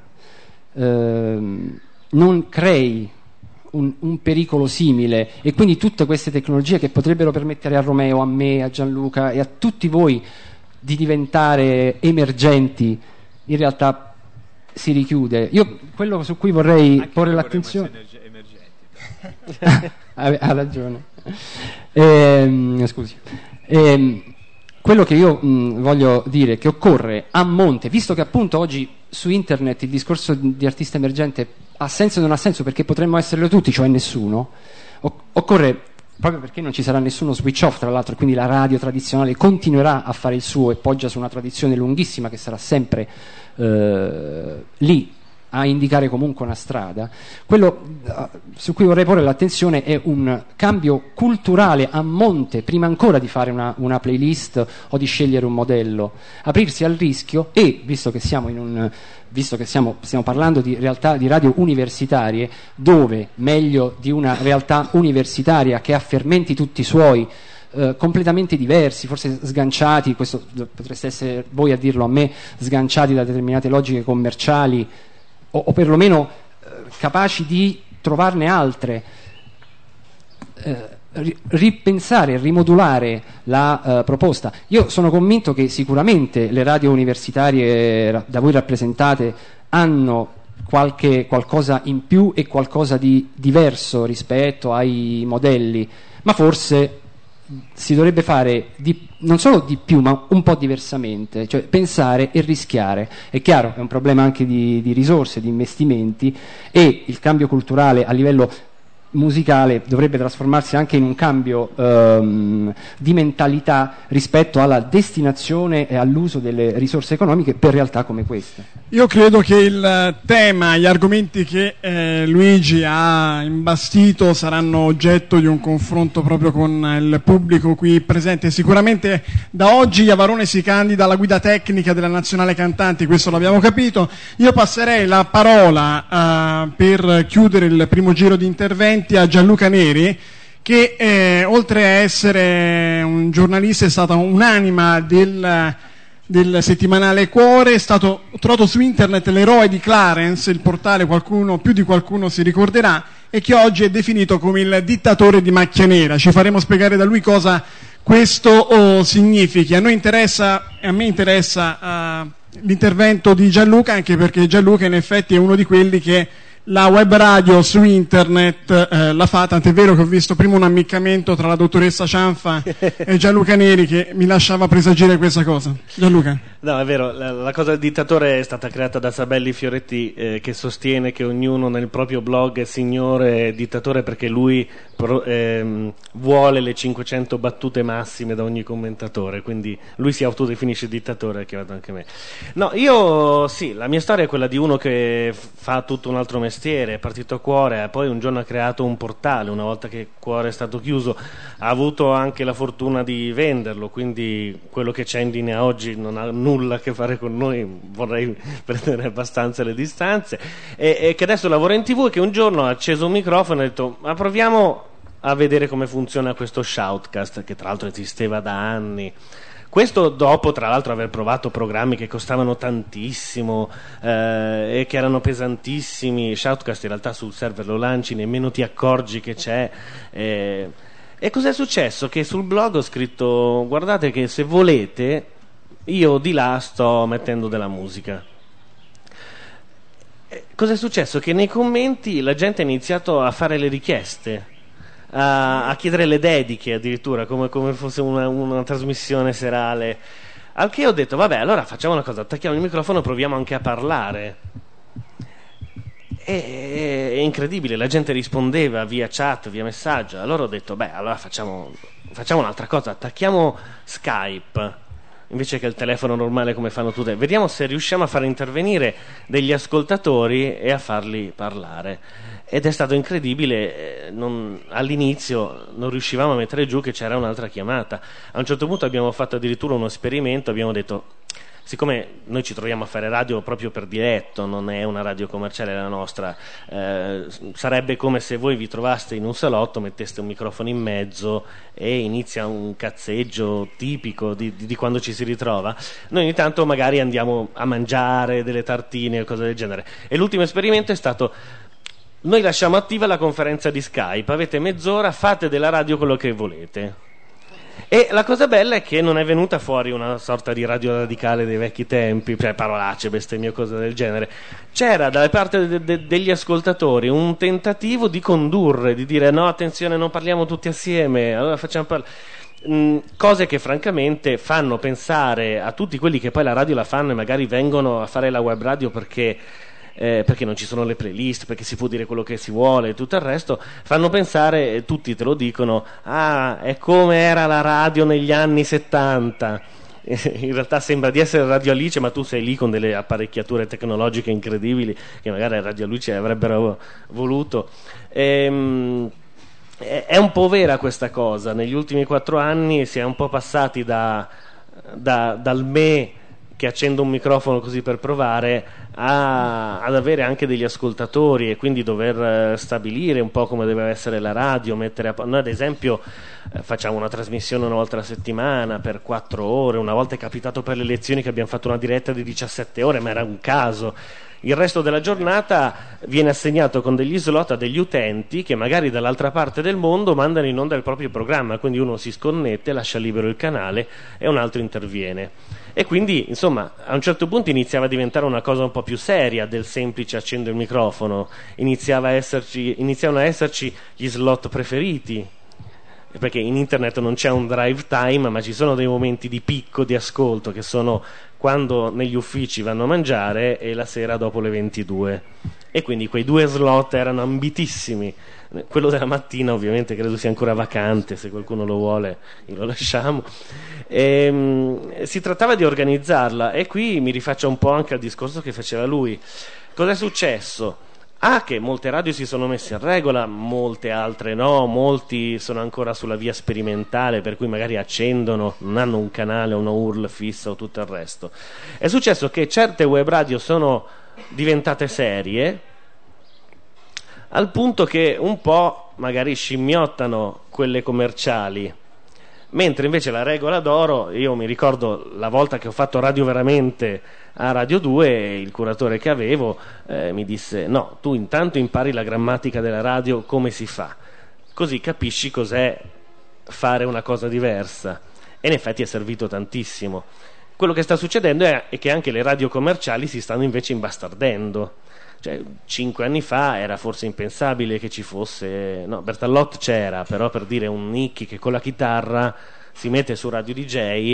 E: non crei un pericolo simile, e quindi tutte queste tecnologie che potrebbero permettere a Romeo, a me, a Gianluca e a tutti voi di diventare emergenti, in realtà si richiude. Io quello su cui vorrei
D: anche
E: porre l'attenzione
D: emergenti.
E: ha ragione. Scusi. Quello che io voglio dire è che occorre a monte, visto che appunto oggi su internet il discorso di artista emergente ha senso o non ha senso, perché potremmo esserlo tutti, cioè nessuno, occorre, proprio perché non ci sarà nessuno switch off, tra l'altro, quindi la radio tradizionale continuerà a fare il suo e poggia su una tradizione lunghissima che sarà sempre lì a indicare comunque una strada. Quello su cui vorrei porre l'attenzione è un cambio culturale a monte, prima ancora di fare una playlist o di scegliere un modello, aprirsi al rischio. E visto che stiamo parlando di realtà di radio universitarie, dove meglio di una realtà universitaria che ha fermenti tutti suoi, completamente diversi, forse sganciati, questo potreste essere voi a dirlo a me, sganciati da determinate logiche commerciali, o perlomeno capaci di trovarne altre, ripensare, rimodulare la proposta. Io sono convinto che sicuramente le radio universitarie da voi rappresentate hanno qualcosa in più e qualcosa di diverso rispetto ai modelli, ma forse si dovrebbe fare non solo di più, ma un po' diversamente, cioè pensare e rischiare. È chiaro, è un problema anche di risorse, di investimenti, e il cambio culturale a livello musicale dovrebbe trasformarsi anche in un cambio di mentalità rispetto alla destinazione e all'uso delle risorse economiche per realtà come queste.
A: Io credo che il tema, gli argomenti che Luigi ha imbastito saranno oggetto di un confronto proprio con il pubblico qui presente. Sicuramente da oggi Iavarone si candida alla guida tecnica della Nazionale Cantanti, questo l'abbiamo capito. Io passerei la parola per chiudere il primo giro di interventi a Gianluca Neri, che oltre a essere un giornalista è stata un'anima del settimanale Cuore, è stato trovato su internet l'eroe di Clarence, il portale più di qualcuno si ricorderà, e che oggi è definito come il dittatore di macchia nera. Ci faremo spiegare da lui cosa questo significhi. A me interessa l'intervento di Gianluca, anche perché Gianluca in effetti è uno di quelli che la web radio su internet la fa, tant'è vero che ho visto prima un ammiccamento tra la dottoressa Cianfa e Gianluca Neri che mi lasciava presagire questa cosa. Gianluca.
F: No, è vero, la cosa del dittatore è stata creata da Sabelli Fioretti, che sostiene che ognuno nel proprio blog è signore e dittatore perché lui vuole le 500 battute massime da ogni commentatore, quindi lui si autodefinisce dittatore, che vado anche me. No, io sì, la mia storia è quella di uno che fa tutto un altro mestiere, è partito a Cuore, poi un giorno ha creato un portale, una volta che Cuore è stato chiuso ha avuto anche la fortuna di venderlo, quindi quello che c'è in linea oggi non ha nulla a che fare con noi, vorrei prendere abbastanza le distanze, e che adesso lavora in TV, e che un giorno ha acceso un microfono e ha detto: ma proviamo a vedere come funziona questo shoutcast, che tra l'altro esisteva da anni. Questo dopo, tra l'altro, aver provato programmi che costavano tantissimo e che erano pesantissimi. Shoutcast in realtà sul server lo lanci, nemmeno ti accorgi che c'è. E cos'è successo? Che sul blog ho scritto: guardate che se volete io di là sto mettendo della musica. Cos'è successo? Che nei commenti la gente ha iniziato a fare le richieste, a chiedere le dediche addirittura, come fosse una trasmissione serale, al che ho detto: vabbè, allora facciamo una cosa, attacchiamo il microfono e proviamo anche a parlare. È incredibile, la gente rispondeva via chat, via messaggio. Allora ho detto: beh, allora facciamo un'altra cosa, attacchiamo Skype invece che il telefono normale come fanno tutte, vediamo se riusciamo a far intervenire degli ascoltatori e a farli parlare. Ed è stato incredibile, all'inizio non riuscivamo a mettere giù che c'era un'altra chiamata. A un certo punto abbiamo fatto addirittura uno esperimento, abbiamo detto: siccome noi ci troviamo a fare radio proprio per diletto, non è una radio commerciale la nostra, sarebbe come se voi vi trovaste in un salotto, metteste un microfono in mezzo e inizia un cazzeggio tipico di quando ci si ritrova. Noi ogni tanto magari andiamo a mangiare delle tartine o cose del genere. E l'ultimo esperimento è stato: noi lasciamo attiva la conferenza di Skype, avete mezz'ora, fate della radio quello che volete. E la cosa bella è che non è venuta fuori una sorta di radio radicale dei vecchi tempi, cioè parolacce, bestemmie o cose del genere. C'era dalle parti degli ascoltatori un tentativo di condurre, di dire: no, attenzione, non parliamo tutti assieme, allora facciamo cose che francamente fanno pensare a tutti quelli che poi la radio la fanno e magari vengono a fare la web radio perché non ci sono le playlist, perché si può dire quello che si vuole e tutto il resto, fanno pensare, tutti te lo dicono: è come era la radio negli anni 70. In realtà sembra di essere Radio Alice, ma tu sei lì con delle apparecchiature tecnologiche incredibili che magari Radio Alice avrebbero voluto. È un po' vera questa cosa. Negli ultimi 4 anni si è un po' passati dal me che accendo un microfono così per provare ad avere anche degli ascoltatori, e quindi dover stabilire un po' come deve essere la radio, noi ad esempio facciamo una trasmissione una volta alla settimana per 4 ore. Una volta è capitato per le elezioni che abbiamo fatto una diretta di 17 ore, ma era un caso. Il resto della giornata viene assegnato con degli slot a degli utenti che magari dall'altra parte del mondo mandano in onda il proprio programma, quindi uno si sconnette, lascia libero il canale e un altro interviene. E quindi, insomma, a un certo punto iniziava a diventare una cosa un po' più seria del semplice accendo il microfono. Iniziavano a esserci gli slot preferiti. perché in internet non c'è un drive time, ma ci sono dei momenti di picco di ascolto che sono quando negli uffici vanno a mangiare e la sera dopo le 22, e quindi quei 2 slot erano ambitissimi. Quello della mattina ovviamente credo sia ancora vacante, se qualcuno lo vuole lo lasciamo. Si trattava di organizzarla, e qui mi rifaccio un po' anche al discorso che faceva lui. Cos'è successo? Che molte radio si sono messe in regola, molte altre no, molti sono ancora sulla via sperimentale, per cui magari accendono, non hanno un canale, una URL fissa o tutto il resto. È successo che certe web radio sono diventate serie, al punto che un po' magari scimmiottano quelle commerciali, mentre invece la regola d'oro, io mi ricordo la volta che ho fatto Radio Veramente a Radio 2, il curatore che avevo mi disse: no, tu intanto impari la grammatica della radio, come si fa, così capisci cos'è fare una cosa diversa. E in effetti è servito tantissimo. Quello che sta succedendo è che anche le radio commerciali si stanno invece imbastardendo. Cioè, 5 anni fa era forse impensabile che ci fosse, no, Bertallot c'era, però per dire un Nicchi che con la chitarra si mette su Radio DJ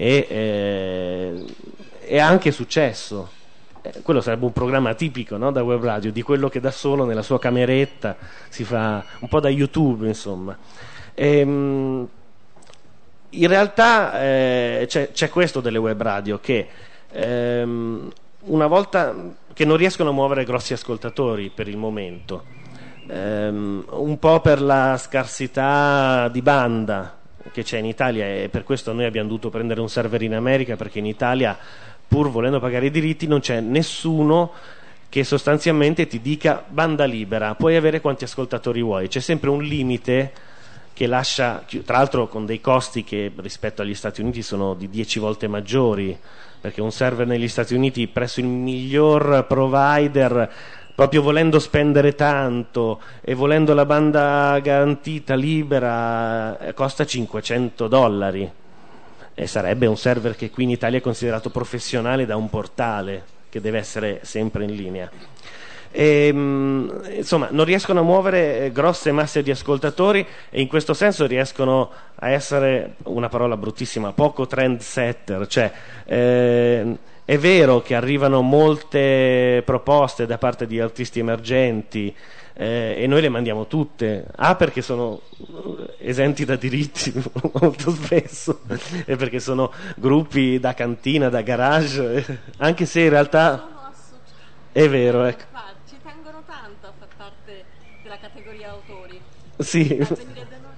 F: e è anche successo. Quello sarebbe un programma tipico, no, da web radio, di quello che da solo nella sua cameretta si fa, un po' da YouTube, insomma. In realtà c'è questo delle web radio, che una volta che non riescono a muovere grossi ascoltatori per il momento, un po' per la scarsità di banda che c'è in Italia, e per questo noi abbiamo dovuto prendere un server in America, perché in Italia, pur volendo pagare i diritti, non c'è nessuno che sostanzialmente ti dica banda libera, puoi avere quanti ascoltatori vuoi, c'è sempre un limite che lascia, tra l'altro con dei costi che rispetto agli Stati Uniti sono di 10 volte maggiori, perché un server negli Stati Uniti presso il miglior provider, proprio volendo spendere tanto e volendo la banda garantita libera, costa $500, e sarebbe un server che qui in Italia è considerato professionale da un portale che deve essere sempre in linea. Insomma, non riescono a muovere grosse masse di ascoltatori, e in questo senso riescono a essere, una parola bruttissima, poco trendsetter. Cioè, è vero che arrivano molte proposte da parte di artisti emergenti, e noi le mandiamo tutte, perché sono esenti da diritti molto spesso, e perché sono gruppi da cantina, da garage, anche se in realtà è vero, ecco.
C: Ci tengono tanto a far parte della categoria autori.
F: Sì.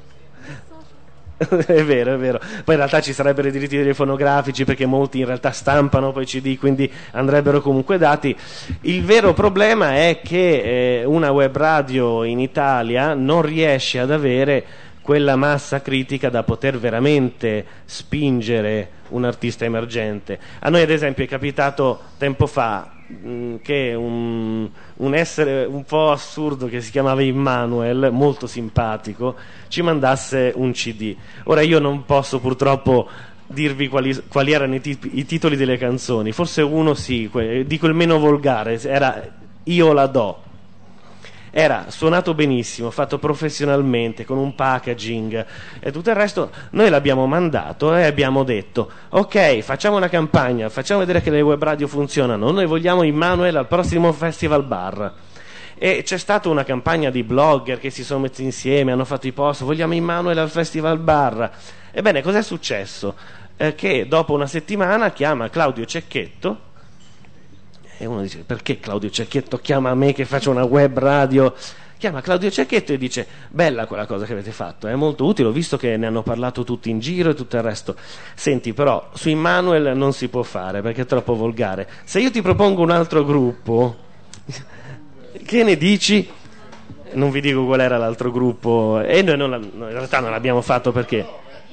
F: È vero, è vero. Poi in realtà ci sarebbero i diritti telefonografici, perché molti in realtà stampano poi CD, quindi andrebbero comunque dati. Il vero problema è che una web radio in Italia non riesce ad avere quella massa critica da poter veramente spingere un artista emergente. A noi ad esempio è capitato tempo fa che un essere un po' assurdo che si chiamava Immanuel, molto simpatico, ci mandasse un CD. Ora io non posso purtroppo dirvi quali erano i titoli delle canzoni, forse uno sì, dico il meno volgare, era Io la do. Era suonato benissimo, fatto professionalmente, con un packaging e tutto il resto. Noi l'abbiamo mandato e abbiamo detto: ok, facciamo una campagna, facciamo vedere che le web radio funzionano, noi vogliamo Immanuel al prossimo Festival Bar. E c'è stata una campagna di blogger che si sono messi insieme, hanno fatto i post: vogliamo Immanuel al Festival Bar. Ebbene, cos'è successo? Che dopo una settimana chiama Claudio Cecchetto, e uno dice: perché Claudio Cecchetto chiama a me che faccio una web radio? Chiama Claudio Cecchetto e dice: bella quella cosa che avete fatto, è molto utile, ho visto che ne hanno parlato tutti in giro e tutto il resto. Senti, però su Immanuel non si può fare perché è troppo volgare. Se io ti propongo un altro gruppo, che ne dici? Non vi dico qual era l'altro gruppo, e noi in realtà non l'abbiamo fatto perché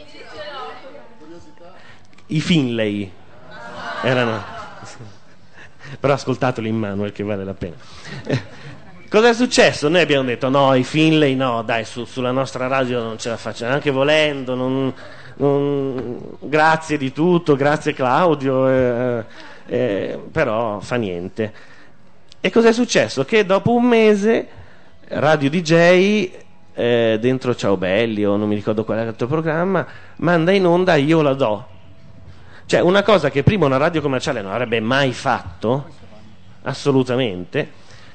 F: i Finlay erano. Però ascoltatelo Immanuel, che vale la pena. Cosa è successo? Noi abbiamo detto: no, i Finlay no, dai, sulla nostra radio non ce la facciamo, anche volendo, grazie di tutto, grazie Claudio, però fa niente. E cos'è successo? Che dopo un mese Radio DJ dentro Ciao Belli o non mi ricordo quale altro programma, manda in onda Io la do. Cioè una cosa che prima una radio commerciale non avrebbe mai fatto, assolutamente,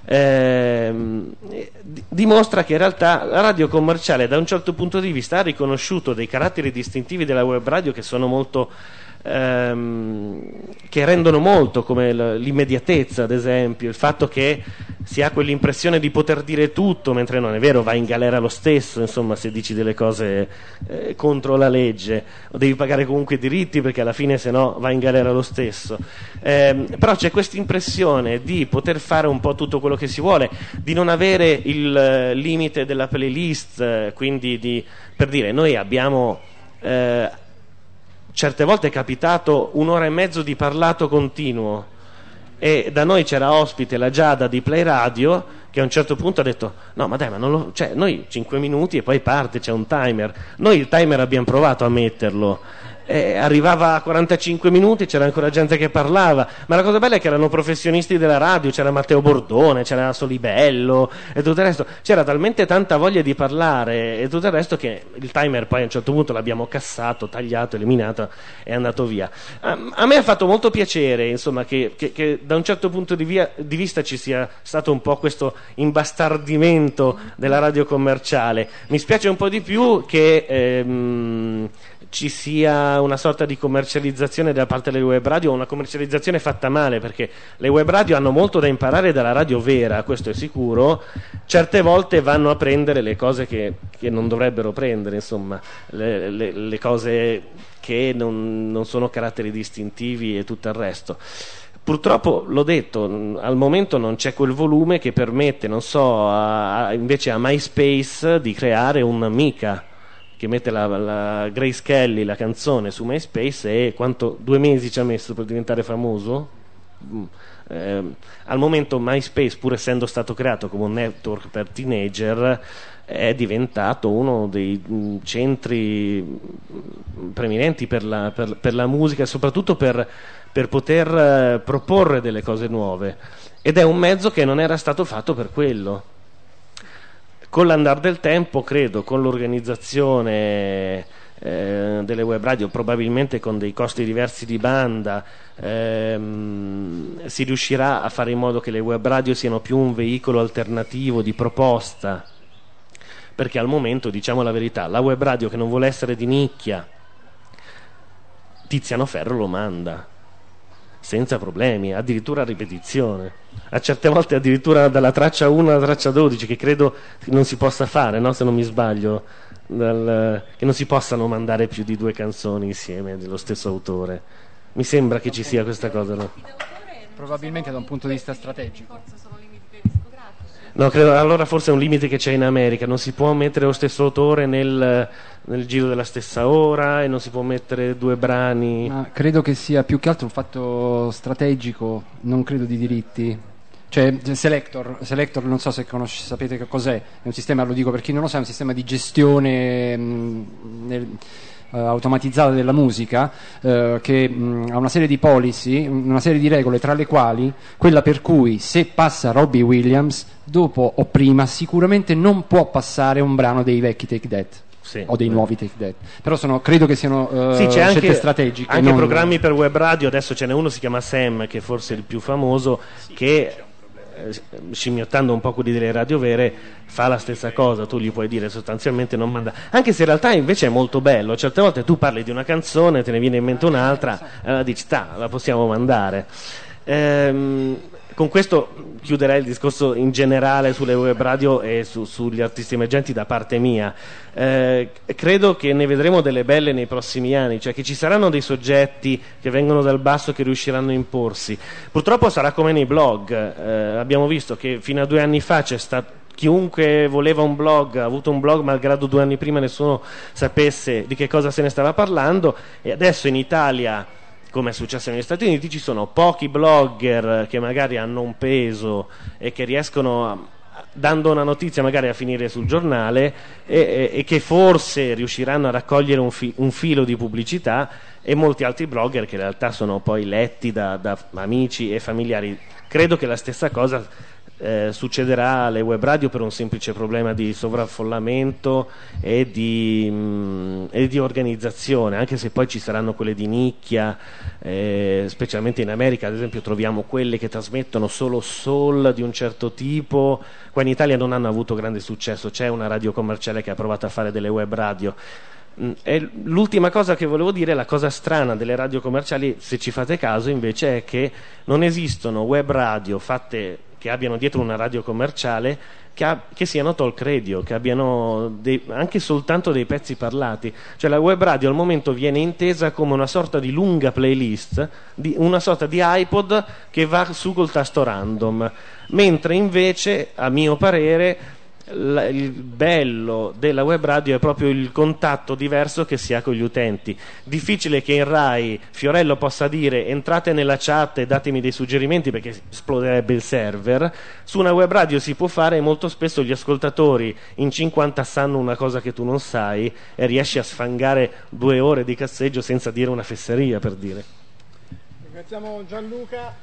F: dimostra che in realtà la radio commerciale da un certo punto di vista ha riconosciuto dei caratteri distintivi della web radio che sono molto che rendono molto, come l'immediatezza, ad esempio, il fatto che si ha quell'impressione di poter dire tutto, mentre non è vero, vai in galera lo stesso, insomma, se dici delle cose contro la legge, o devi pagare comunque i diritti perché alla fine se no vai in galera lo stesso. Però c'è questa impressione di poter fare un po' tutto quello che si vuole, di non avere il limite della playlist, quindi per dire, noi abbiamo certe volte è capitato 1 ora e mezzo di parlato continuo, e da noi c'era ospite la Giada di Play Radio che a un certo punto ha detto no ma dai, ma non lo, cioè, noi 5 minuti e poi parte, c'è un timer. Noi il timer abbiamo provato a metterlo, arrivava a 45 minuti, c'era ancora gente che parlava, ma la cosa bella è che erano professionisti della radio, c'era Matteo Bordone, c'era Solibello e tutto il resto, c'era talmente tanta voglia di parlare e tutto il resto che il timer poi a un certo punto l'abbiamo cassato, tagliato, eliminato e è andato via. A me ha fatto molto piacere, insomma, che da un certo punto di vista ci sia stato un po' questo imbastardimento della radio commerciale. Mi spiace un po' di più che ci sia una sorta di commercializzazione da parte delle web radio, una commercializzazione fatta male, perché le web radio hanno molto da imparare dalla radio vera, questo è sicuro. Certe volte vanno a prendere le cose che non dovrebbero prendere, insomma, le cose che non sono caratteri distintivi e tutto il resto. Purtroppo, l'ho detto, al momento non c'è quel volume che permette, non so, invece a MySpace di creare un Mica, che mette la Grace Kelly, la canzone, su MySpace, e quanto 2 mesi ci ha messo per diventare famoso. Al momento MySpace, pur essendo stato creato come un network per teenager, è diventato uno dei centri preminenti per la musica e soprattutto per poter proporre delle cose nuove, ed è un mezzo che non era stato fatto per quello. Con l'andare del tempo, credo, con l'organizzazione delle web radio, probabilmente con dei costi diversi di banda, si riuscirà a fare in modo che le web radio siano più un veicolo alternativo di proposta, perché al momento, diciamo la verità, la web radio che non vuole essere di nicchia, Tiziano Ferro lo manda senza problemi, addirittura a ripetizione, a certe volte addirittura dalla traccia 1 alla traccia 12, che credo non si possa fare, no? Se non mi sbaglio, che non si possano mandare più di 2 canzoni insieme dello stesso autore. Mi sembra che ci sia questa cosa, no?
E: Probabilmente da un punto di vista strategico.
F: No, credo, allora forse è un limite che c'è in America, non si può mettere lo stesso autore nel giro della stessa ora, e non si può mettere 2 brani.
E: Ma credo che sia più che altro un fatto strategico, non credo di diritti. Cioè Selector non so se sapete che cos'è, è un sistema, lo dico per chi non lo sa, è un sistema di gestione automatizzata della musica, che ha una serie di policy, una serie di regole, tra le quali quella per cui se passa Robbie Williams, dopo o prima sicuramente non può passare un brano dei vecchi Take That. Sì, o dei nuovi Take That, però credo che siano
F: sì, c'è
E: scelte strategiche,
F: anche programmi per web radio. Adesso ce n'è uno, si chiama Sam, che forse è il più famoso, che scimmiottando un po' quelli delle radio vere fa la stessa cosa. Tu gli puoi dire sostanzialmente non manda, anche se in realtà invece è molto bello. Certe volte tu parli di una canzone, te ne viene in mente un'altra, allora dici la possiamo mandare. Con questo chiuderei il discorso in generale sulle web radio e sugli artisti emergenti da parte mia. Credo che ne vedremo delle belle nei prossimi anni, cioè che ci saranno dei soggetti che vengono dal basso che riusciranno a imporsi. Purtroppo sarà come nei blog, abbiamo visto che fino a 2 anni fa c'è stato chiunque voleva un blog, ha avuto un blog, malgrado 2 anni prima nessuno sapesse di che cosa se ne stava parlando, e adesso in Italia, come è successo negli Stati Uniti, ci sono pochi blogger che magari hanno un peso e che riescono, dando una notizia magari a finire sul giornale, e che forse riusciranno a raccogliere un filo di pubblicità, e molti altri blogger che in realtà sono poi letti da amici e familiari. Credo che la stessa cosa succederà alle web radio per un semplice problema di sovraffollamento e di organizzazione, anche se poi ci saranno quelle di nicchia, specialmente in America ad esempio troviamo quelle che trasmettono solo soul di un certo tipo. Qua in Italia non hanno avuto grande successo, c'è una radio commerciale che ha provato a fare delle web radio. E l'ultima cosa che volevo dire, la cosa strana delle radio commerciali, se ci fate caso invece, è che non esistono web radio fatte che abbiano dietro una radio commerciale che siano talk radio, che abbiano anche soltanto dei pezzi parlati. Cioè la web radio al momento viene intesa come una sorta di lunga playlist, una sorta di iPod che va su col tasto random, mentre invece a mio parere il bello della web radio è proprio il contatto diverso che si ha con gli utenti. Difficile che in Rai Fiorello possa dire entrate nella chat e datemi dei suggerimenti perché esploderebbe il server. Su una web radio si può fare e molto spesso gli ascoltatori in 50 sanno una cosa che tu non sai e riesci a sfangare 2 ore di cazzeggio senza dire una fesseria, per dire.
A: Ringraziamo Gianluca.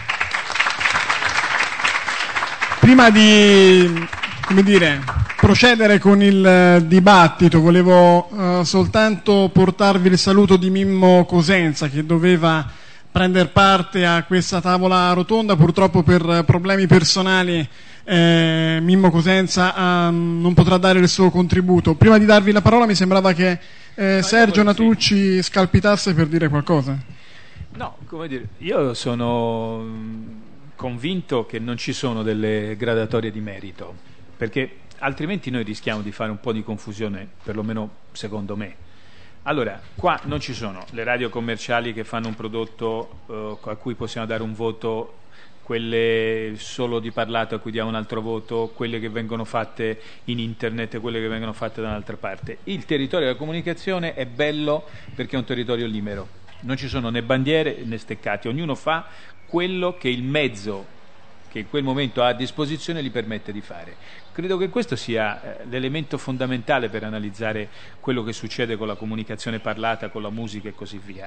A: Prima di procedere con il dibattito, volevo soltanto portarvi il saluto di Mimmo Cosenza, che doveva prendere parte a questa tavola rotonda. Purtroppo per problemi personali Mimmo Cosenza non potrà dare il suo contributo. Prima di darvi la parola mi sembrava che Sergio Natucci scalpitasse per dire qualcosa.
D: No, come dire, io sono convinto che non ci sono delle gradatorie di merito, perché altrimenti noi rischiamo di fare un po' di confusione, perlomeno secondo me. Allora, qua non ci sono le radio commerciali che fanno un prodotto a cui possiamo dare un voto, quelle solo di parlato a cui diamo un altro voto, quelle che vengono fatte in internet e quelle che vengono fatte da un'altra parte. Il territorio della comunicazione è bello perché è un territorio libero, non ci sono né bandiere né steccati, ognuno fa quello che il mezzo che in quel momento ha a disposizione gli permette di fare. Credo che questo sia l'elemento fondamentale per analizzare quello che succede con la comunicazione parlata, con la musica e così via.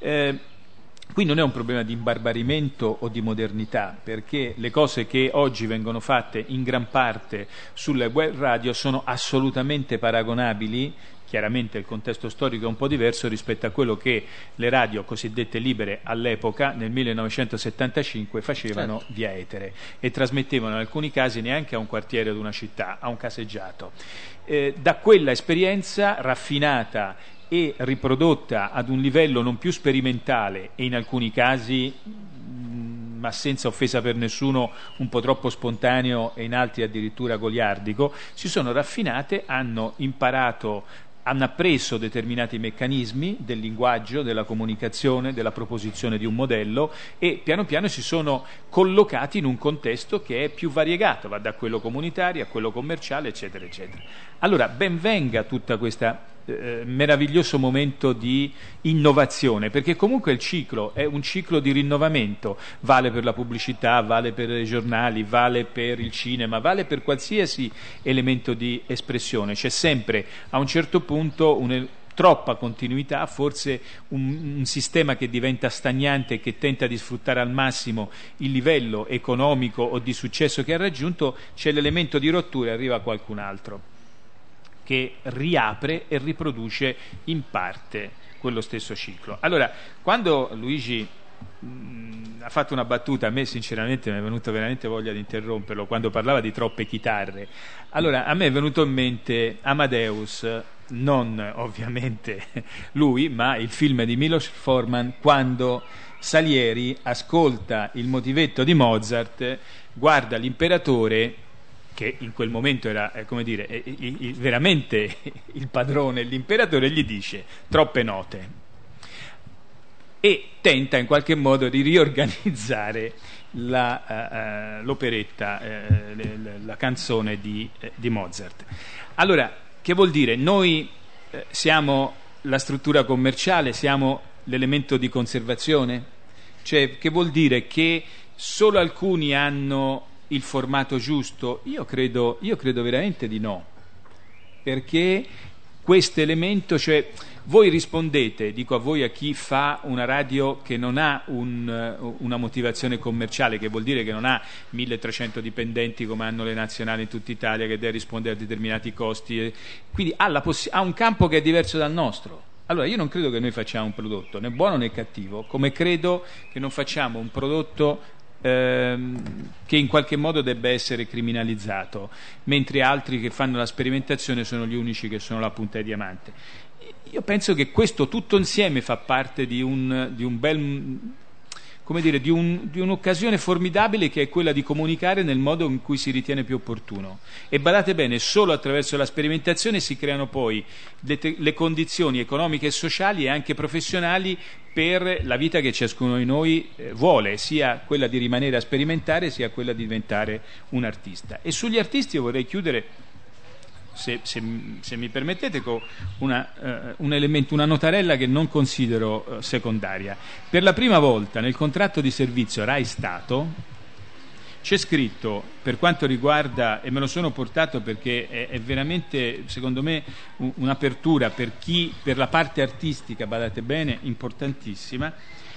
D: Qui non è un problema di imbarbarimento o di modernità, perché le cose che oggi vengono fatte in gran parte sulle web radio sono assolutamente paragonabili. Chiaramente il contesto storico è un po' diverso rispetto a quello che le radio cosiddette libere all'epoca, nel 1975, facevano via etere e trasmettevano in alcuni casi neanche a un quartiere di una città, a un caseggiato. Da quella esperienza raffinata e riprodotta ad un livello non più sperimentale e in alcuni casi, ma senza offesa per nessuno, un po' troppo spontaneo e in altri addirittura goliardico, si sono raffinate, hanno imparato, hanno appreso determinati meccanismi del linguaggio, della comunicazione, della proposizione di un modello e piano piano si sono collocati in un contesto che è più variegato, va da quello comunitario a quello commerciale, eccetera, eccetera. Allora, ben venga tutta questa meraviglioso momento di innovazione, perché comunque il ciclo è un ciclo di rinnovamento, vale per la pubblicità, vale per i giornali, vale per il cinema, vale per qualsiasi elemento di espressione. C'è sempre a un certo punto troppa continuità, forse un sistema che diventa stagnante e che tenta di sfruttare al massimo il livello economico o di successo che ha raggiunto, c'è l'elemento di rottura e arriva qualcun altro che riapre e riproduce in parte quello stesso ciclo. Allora, quando Luigi ha fatto una battuta, a me sinceramente mi è venuta veramente voglia di interromperlo, quando parlava di troppe chitarre. Allora, a me è venuto in mente Amadeus, non ovviamente lui, ma il film di Milos Forman, quando Salieri ascolta il motivetto di Mozart, guarda l'imperatore, che in quel momento era, come dire, veramente il padrone, l'imperatore, gli dice troppe note e tenta in qualche modo di riorganizzare l'operetta, la canzone di Mozart. Allora, che vuol dire? Noi siamo la struttura commerciale, siamo l'elemento di conservazione? Cioè, che vuol dire? Che solo alcuni hanno il formato giusto? Io credo veramente di no, perché questo elemento, cioè voi rispondete, dico a voi, a chi fa una radio che non ha una motivazione commerciale, che vuol dire che non ha 1300 dipendenti come hanno le nazionali in tutta Italia, che deve rispondere a determinati costi, quindi ha un campo che è diverso dal nostro. Allora io non credo che noi facciamo un prodotto né buono né cattivo, come credo che non facciamo un prodotto che in qualche modo debba essere criminalizzato, mentre altri che fanno la sperimentazione sono gli unici che sono la punta di diamante. Io penso che questo tutto insieme fa parte di un bel, come dire, di un'occasione formidabile, che è quella di comunicare nel modo in cui si ritiene più opportuno. E badate bene, solo attraverso la sperimentazione si creano poi le condizioni economiche e sociali e anche professionali per la vita che ciascuno di noi vuole, sia quella di rimanere a sperimentare, sia quella di diventare un artista. E sugli artisti io vorrei chiudere, se mi permettete, con un elemento, una notarella che non considero secondaria. Per la prima volta nel contratto di servizio Rai Stato c'è scritto, per quanto riguarda, e me lo sono portato perché è veramente, secondo me, un'apertura per la parte artistica, badate bene, importantissima,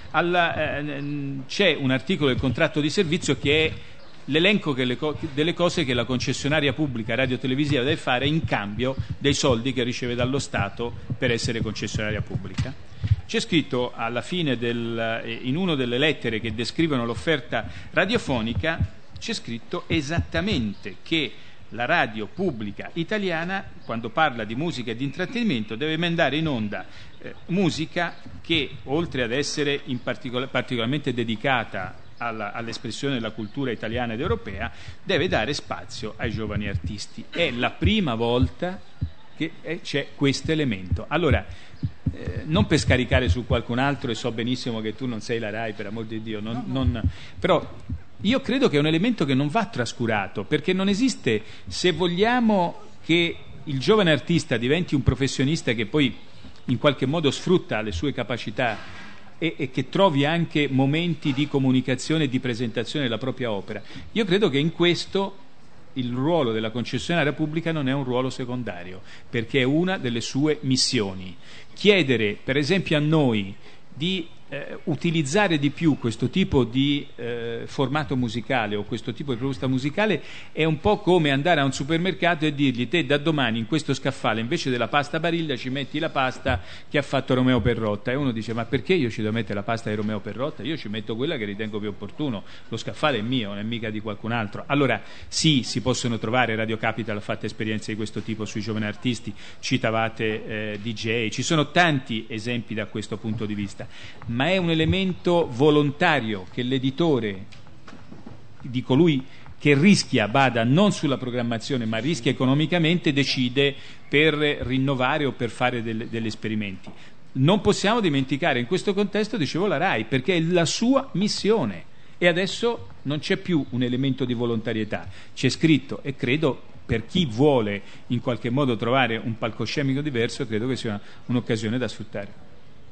D: c'è un articolo del contratto di servizio che è l'elenco delle cose che la concessionaria pubblica radiotelevisiva deve fare in cambio dei soldi che riceve dallo Stato per essere concessionaria pubblica. C'è scritto alla fine in una delle lettere che descrivono l'offerta radiofonica, c'è scritto esattamente che la radio pubblica italiana, quando parla di musica e di intrattenimento, deve mandare in onda musica che, oltre ad essere particolarmente dedicata all'espressione della cultura italiana ed europea, deve dare spazio ai giovani artisti. È la prima volta che c'è questo elemento. Allora, non per scaricare su qualcun altro, e so benissimo che tu non sei la Rai, per amor di Dio, però io credo che è un elemento che non va trascurato, perché non esiste, se vogliamo che il giovane artista diventi un professionista che poi in qualche modo sfrutta le sue capacità e che trovi anche momenti di comunicazione e di presentazione della propria opera. Io credo che in questo il ruolo della concessionaria pubblica non è un ruolo secondario, perché è una delle sue missioni. Chiedere, per esempio, a noi di utilizzare di più questo tipo di formato musicale o questo tipo di proposta musicale è un po' come andare a un supermercato e dirgli: te da domani in questo scaffale invece della pasta Barilla ci metti la pasta che ha fatto Romeo Perrotta. E uno dice: ma perché io ci devo mettere la pasta di Romeo Perrotta? Io ci metto quella che ritengo più opportuno, lo scaffale è mio, non è mica di qualcun altro. Allora sì, si possono trovare, Radio Capital ha fatto esperienze di questo tipo sui giovani artisti, citavate DJ, ci sono tanti esempi da questo punto di vista, ma è un elemento volontario che l'editore, di colui che rischia, bada, non sulla programmazione ma rischia economicamente, decide per rinnovare o per fare degli esperimenti. Non possiamo dimenticare in questo contesto, dicevo, la Rai, perché è la sua missione e adesso non c'è più un elemento di volontarietà, c'è scritto, e credo per chi vuole in qualche modo trovare un palcoscenico diverso, credo che sia un'occasione da sfruttare.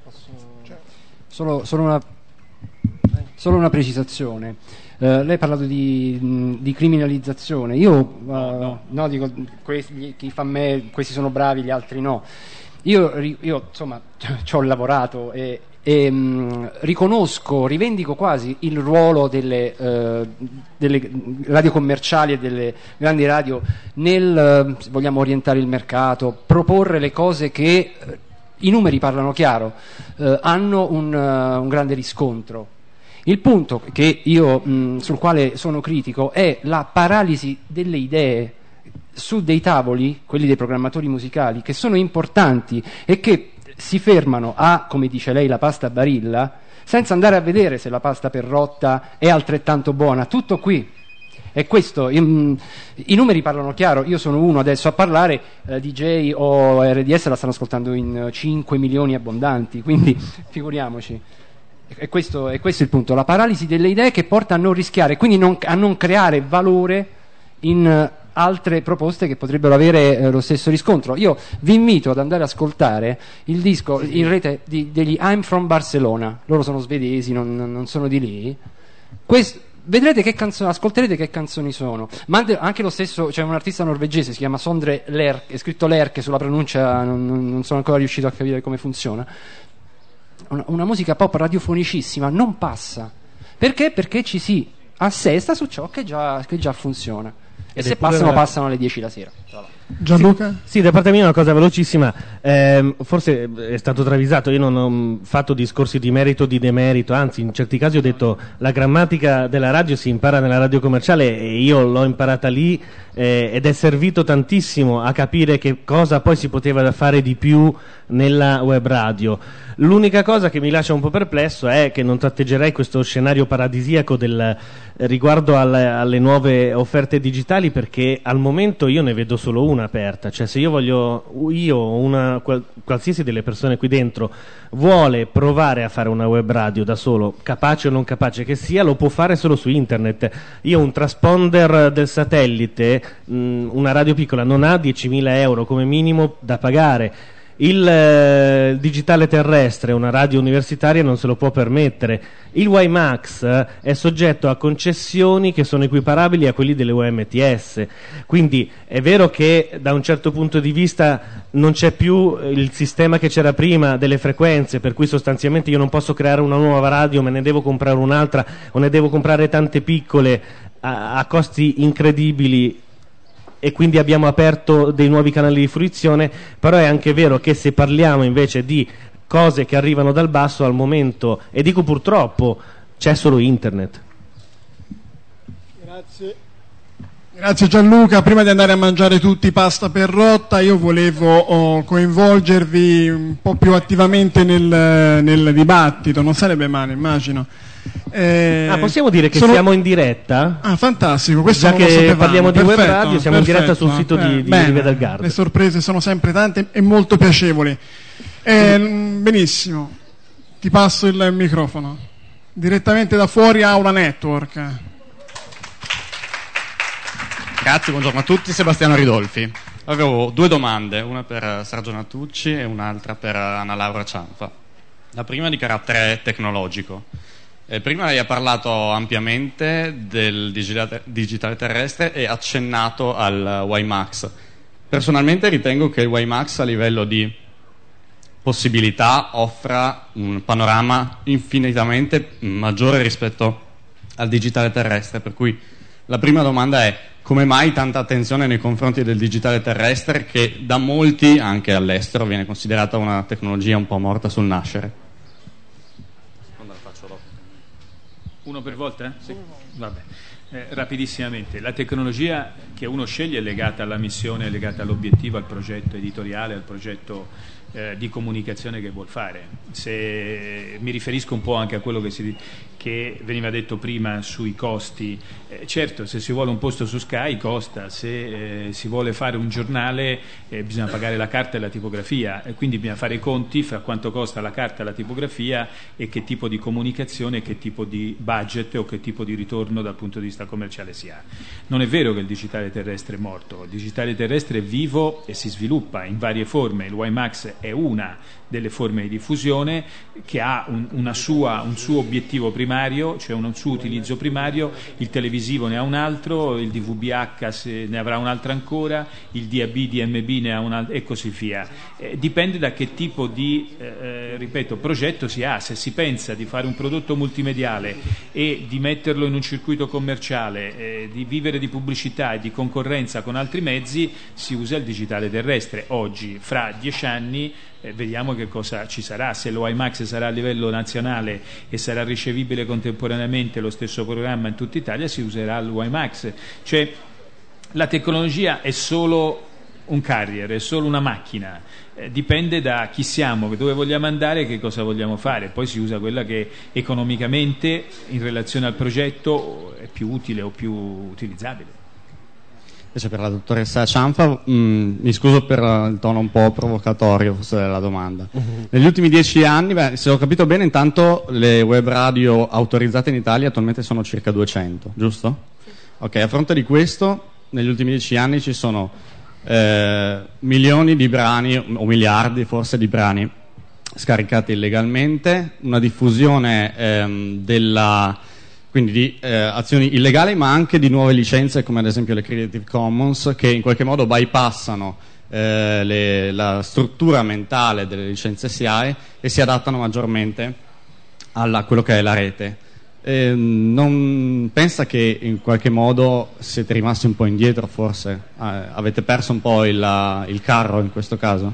E: Solo una precisazione. Lei ha parlato di criminalizzazione. Io no, dico, chi fa me, questi sono bravi, gli altri no. Io insomma ci ho lavorato e riconosco, rivendico quasi il ruolo delle radio commerciali e delle grandi radio nel, se vogliamo, orientare il mercato, proporre le cose che, i numeri parlano chiaro, hanno un grande riscontro. Il punto che io sul quale sono critico è la paralisi delle idee su dei tavoli, quelli dei programmatori musicali, che sono importanti e che si fermano a, come dice lei, la pasta Barilla, senza andare a vedere se la pasta Perrotta è altrettanto buona. Tutto qui. E questo, i numeri parlano chiaro. Io sono uno adesso a parlare, DJ o RDS la stanno ascoltando in 5 milioni abbondanti, quindi figuriamoci. E questo è il punto, la paralisi delle idee che porta a non rischiare, quindi a non creare valore in altre proposte che potrebbero avere lo stesso riscontro. Io vi invito ad andare ad ascoltare il disco in rete degli I'm from Barcelona. Loro sono svedesi, non sono di lì. vedrete che canzoni, ascolterete che canzoni sono. Ma anche lo stesso, c'è un artista norvegese, si chiama Sondre Lerche, è scritto Lerche, sulla pronuncia non sono ancora riuscito a capire come funziona. Una musica pop radiofonicissima, non passa. Perché? Perché ci si assesta su ciò che già funziona. E se passano alle 10 la sera.
A: Gianluca?
F: Sì, da parte mia una cosa velocissima, forse è stato travisato, io non ho fatto discorsi di merito o di demerito, anzi in certi casi ho detto la grammatica della radio si impara nella radio commerciale e io l'ho imparata lì ed è servito tantissimo a capire che cosa poi si poteva fare di più nella web radio. L'unica cosa che mi lascia un po' perplesso è che non tratteggerei questo scenario paradisiaco riguardo alle nuove offerte digitali, perché al momento io ne vedo solo una aperta, cioè se io o qualsiasi delle persone qui dentro vuole provare a fare una web radio da solo, capace o non capace che sia, lo può fare solo su internet. Io un transponder del satellite, una radio piccola non ha 10.000 euro come minimo da pagare. Il digitale terrestre, una radio universitaria, non se lo può permettere. Il WiMAX è soggetto a concessioni che sono equiparabili a quelli delle UMTS. Quindi è vero che da un certo punto di vista non c'è più il sistema che c'era prima delle frequenze, per cui sostanzialmente io non posso creare una nuova radio, me ne devo comprare un'altra o ne devo comprare tante piccole a costi incredibili, e quindi abbiamo aperto dei nuovi canali di fruizione. Però è anche vero che se parliamo invece di cose che arrivano dal basso, al momento, e dico purtroppo, c'è solo internet.
A: Grazie Gianluca. Prima di andare a mangiare tutti pasta per rotta, io volevo coinvolgervi un po' più attivamente nel dibattito. Non sarebbe male, immagino.
F: Possiamo dire che siamo in diretta?
A: Fantastico, questo
F: già
A: non lo
F: che
A: sapevamo.
F: parliamo di
A: Perfetto,
F: web radio, siamo in diretta sul sito di Rive del Garda.
A: Le sorprese sono sempre tante e molto piacevoli. Benissimo, ti passo il microfono direttamente da fuori Aula Network.
G: Grazie, buongiorno a tutti, Sebastiano Ridolfi. Avevo due domande, una per Sergio Nattucci e un'altra per Anna Laura Cianfa. La prima di carattere tecnologico. Prima lei ha parlato ampiamente del digitale terrestre e accennato al WiMAX. Personalmente ritengo che il WiMAX a livello di possibilità offra un panorama infinitamente maggiore rispetto al digitale terrestre, per cui la prima domanda è: come mai tanta attenzione nei confronti del digitale terrestre, che da molti, anche all'estero, viene considerata una tecnologia un po' morta sul nascere?
D: Uno per volta? Sì. Vabbè. Rapidissimamente, la tecnologia che uno sceglie è legata alla missione, è legata all'obiettivo, al progetto editoriale, al progetto di comunicazione che vuol fare. Se mi riferisco un po' anche a quello che veniva detto prima sui costi, certo, se si vuole un posto su Sky costa, se si vuole fare un giornale bisogna pagare la carta e la tipografia, e quindi bisogna fare i conti fra quanto costa la carta e la tipografia e che tipo di comunicazione, che tipo di budget o che tipo di ritorno dal punto di vista commerciale si ha. Non è vero che il digitale terrestre è morto, il digitale terrestre è vivo e si sviluppa in varie forme. Il WiMAX è una delle forme di diffusione che ha un suo obiettivo primario, cioè un suo utilizzo primario. Il televisivo ne ha un altro, il DVB-H ne avrà un altro ancora, il DAB, DMB ne ha un altro, e così via. Dipende da che tipo di progetto si ha. Se si pensa di fare un prodotto multimediale e di metterlo in un circuito commerciale, di vivere di pubblicità e di concorrenza con altri mezzi, si usa il digitale terrestre. Oggi, fra 10 anni, vediamo che cosa ci sarà. Se lo WiMAX sarà a livello nazionale e sarà ricevibile contemporaneamente lo stesso programma in tutta Italia, si userà il WiMAX. Cioè, la tecnologia è solo un carrier, è solo una macchina, dipende da chi siamo, dove vogliamo andare e che cosa vogliamo fare. Poi si usa quella che economicamente, in relazione al progetto, è più utile o più utilizzabile.
G: Invece per la dottoressa Cianfa, mi scuso per il tono un po' provocatorio forse della domanda. Negli ultimi 10 anni, se ho capito bene, intanto le web radio autorizzate in Italia attualmente sono circa 200, giusto? Sì. Ok, a fronte di questo, negli ultimi 10 anni ci sono milioni di brani, o miliardi forse di brani scaricati illegalmente, una diffusione quindi di azioni illegali, ma anche di nuove licenze come ad esempio le Creative Commons, che in qualche modo bypassano la struttura mentale delle licenze SIAE e si adattano maggiormente a quello che è la rete. Non pensa che in qualche modo siete rimasti un po' indietro, forse? Avete perso un po' il carro in questo caso?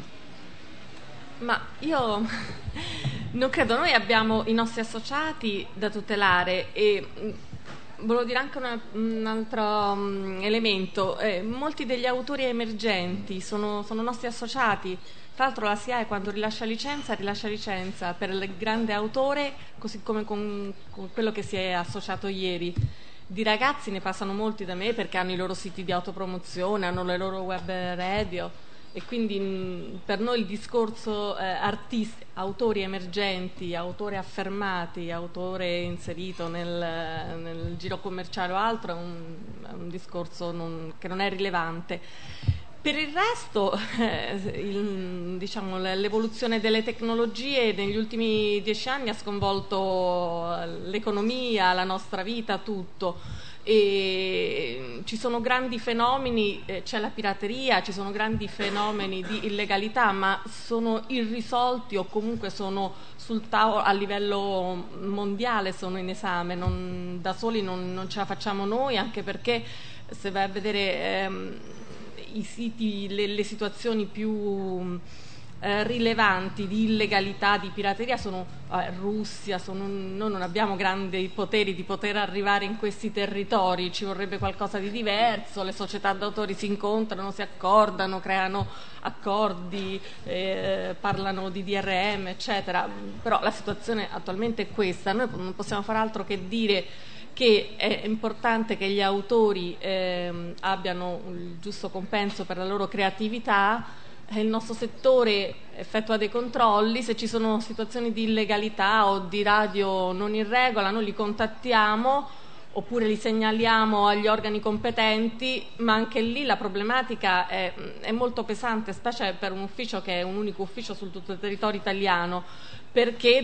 C: Ma io non credo, noi abbiamo i nostri associati da tutelare e volevo dire anche un altro elemento, molti degli autori emergenti sono nostri associati. Tra l'altro la SIAE quando rilascia licenza per il grande autore, così come con quello che si è associato ieri. Di ragazzi ne passano molti da me perché hanno i loro siti di autopromozione, hanno le loro web radio e quindi per noi il discorso autori emergenti, autore affermati, autore inserito nel giro commerciale o altro è un discorso che non è rilevante. Per il resto, diciamo, l'evoluzione delle tecnologie negli ultimi 10 anni ha sconvolto l'economia, la nostra vita, tutto. E ci sono grandi fenomeni, c'è la pirateria, ci sono grandi fenomeni di illegalità, ma sono irrisolti o comunque sono sul tavolo a livello mondiale, sono in esame. Da soli non ce la facciamo noi, anche perché se vai a vedere i siti, le situazioni più rilevanti di illegalità, di pirateria sono Russia, noi non abbiamo grandi poteri di poter arrivare in questi territori, ci vorrebbe qualcosa di diverso, le società d'autori si incontrano, si accordano, creano accordi, parlano di DRM eccetera, però la situazione attualmente è questa. Noi non possiamo fare altro che dire che è importante che gli autori abbiano il giusto compenso per la loro creatività. Il nostro settore effettua dei controlli, se ci sono situazioni di illegalità o di radio non in regola noi li contattiamo oppure li segnaliamo agli organi competenti, ma anche lì la problematica è molto pesante, specie per un ufficio che è un unico ufficio su tutto il territorio italiano, perché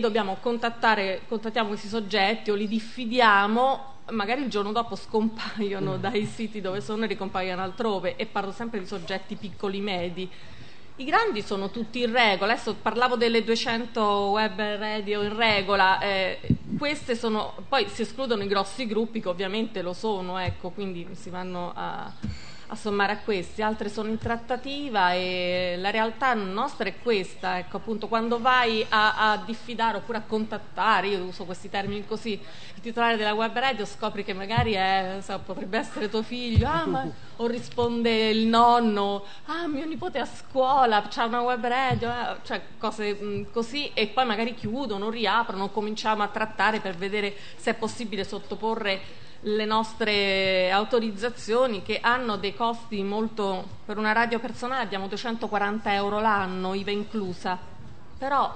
C: contattiamo questi soggetti o li diffidiamo, magari il giorno dopo scompaiono dai siti dove sono e ricompaiono altrove, e parlo sempre di soggetti piccoli medi. I grandi sono tutti in regola, adesso parlavo delle 200 web radio in regola, queste sono, poi si escludono i grossi gruppi che ovviamente lo sono, ecco, quindi si vanno a sommare a questi, altre sono in trattativa e la realtà nostra è questa, ecco, appunto, quando vai a diffidare oppure a contattare, io uso questi termini così, il titolare della web radio, scopri che magari potrebbe essere tuo figlio, o risponde il nonno, mio nipote a scuola c'ha una web radio, cioè cose così, e poi magari chiudono, riaprono, cominciamo a trattare per vedere se è possibile sottoporre le nostre autorizzazioni, che hanno dei costi molto, per una radio personale abbiamo 240 euro l'anno, IVA inclusa, però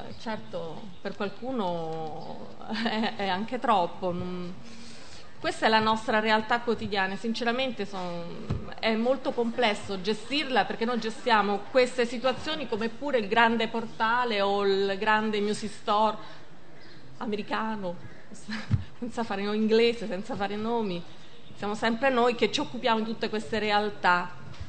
C: certo per qualcuno è anche troppo. Questa è la nostra realtà quotidiana, sinceramente è molto complesso gestirla, perché noi gestiamo queste situazioni come pure il grande portale o il grande music store americano, senza fare inglese, senza fare nomi, siamo sempre noi che ci occupiamo di tutte queste realtà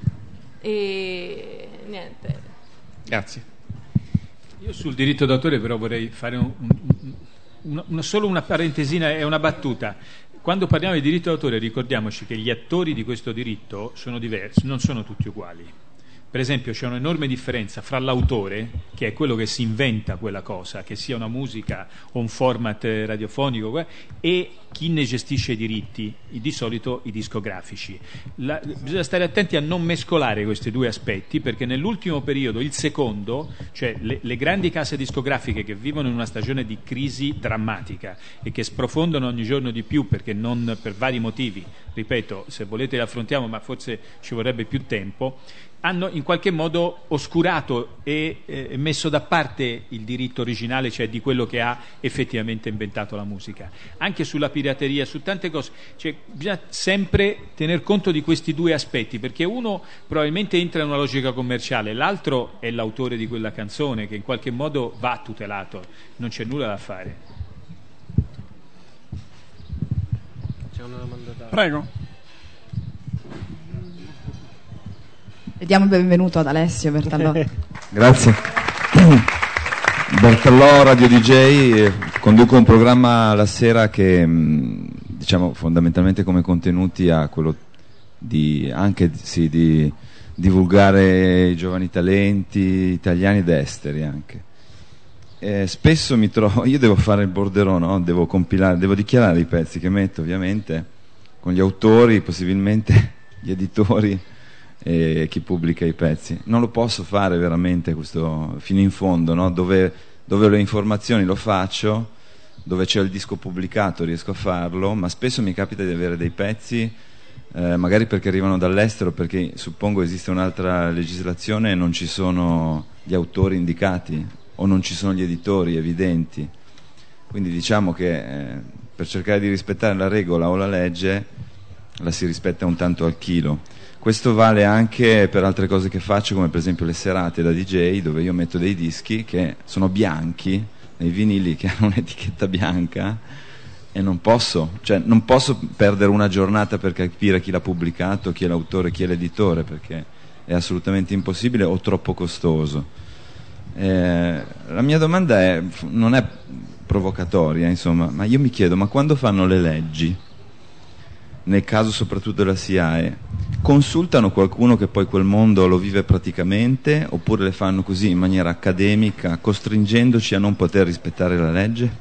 C: e niente.
G: Grazie.
D: Io sul diritto d'autore però vorrei fare solo una parentesina e una battuta. Quando parliamo di diritto d'autore ricordiamoci che gli attori di questo diritto sono diversi, non sono tutti uguali. Per esempio c'è un'enorme differenza fra l'autore, che è quello che si inventa quella cosa, che sia una musica o un format radiofonico, e chi ne gestisce i diritti, di solito i discografici. Bisogna stare attenti a non mescolare questi due aspetti, perché nell'ultimo periodo, il secondo, cioè le grandi case discografiche che vivono in una stagione di crisi drammatica e che sprofondano ogni giorno di più, perché non per vari motivi, ripeto, se volete li affrontiamo, ma forse ci vorrebbe più tempo, hanno in qualche modo oscurato e messo da parte il diritto originale, cioè di quello che ha effettivamente inventato la musica. Anche sulla pirateria, su tante cose, cioè, bisogna sempre tener conto di questi due aspetti, perché uno probabilmente entra in una logica commerciale, l'altro è l'autore di quella canzone che in qualche modo va tutelato, non c'è nulla da fare.
B: una domanda da...
A: Prego.
H: Diamo il benvenuto ad Alessio Bertallò.
I: Grazie. Bertallò, radio DJ, conduco un programma la sera che diciamo fondamentalmente come contenuti ha quello di divulgare i giovani talenti italiani ed esteri anche. Spesso mi trovo, io devo fare il borderò, no? Devo compilare, devo dichiarare i pezzi che metto ovviamente con gli autori, possibilmente gli editori e chi pubblica i pezzi. Non lo posso fare veramente questo fino in fondo, no? Dove ho le informazioni lo faccio, dove c'è il disco pubblicato riesco a farlo, ma spesso mi capita di avere dei pezzi magari perché arrivano dall'estero, perché suppongo esiste un'altra legislazione e non ci sono gli autori indicati o non ci sono gli editori evidenti, quindi diciamo che per cercare di rispettare la regola o la legge la si rispetta un tanto al chilo. Questo vale anche per altre cose che faccio, come per esempio le serate da DJ, dove io metto dei dischi che sono bianchi, dei vinili che hanno un'etichetta bianca, e non posso perdere una giornata per capire chi l'ha pubblicato, chi è l'autore, chi è l'editore, perché è assolutamente impossibile o troppo costoso. La mia domanda non è provocatoria, insomma, ma io mi chiedo, ma quando fanno le leggi, nel caso soprattutto della SIAE, consultano qualcuno che poi quel mondo lo vive praticamente, oppure le fanno così in maniera accademica, costringendoci a non poter rispettare la legge?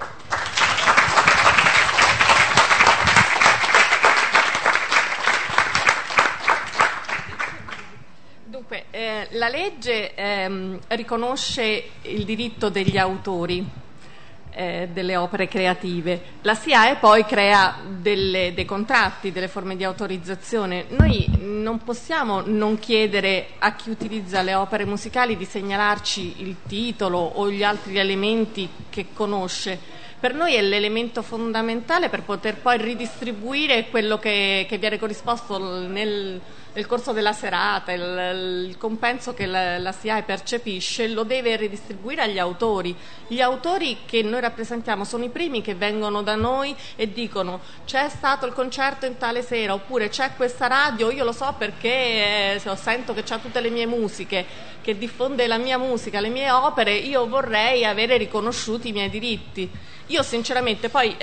C: La legge riconosce il diritto degli autori delle opere creative. La SIAE poi crea dei contratti, delle forme di autorizzazione. Noi non possiamo non chiedere a chi utilizza le opere musicali di segnalarci il titolo o gli altri elementi che conosce. Per noi è l'elemento fondamentale per poter poi ridistribuire quello che viene corrisposto nel corso della serata, il compenso che la SIAE percepisce lo deve ridistribuire agli autori. Gli autori che noi rappresentiamo sono i primi che vengono da noi e dicono c'è stato il concerto in tale sera, oppure c'è questa radio, io lo so perché sento che c'ha tutte le mie musiche, che diffonde la mia musica, le mie opere, io vorrei avere riconosciuti i miei diritti. Io sinceramente poi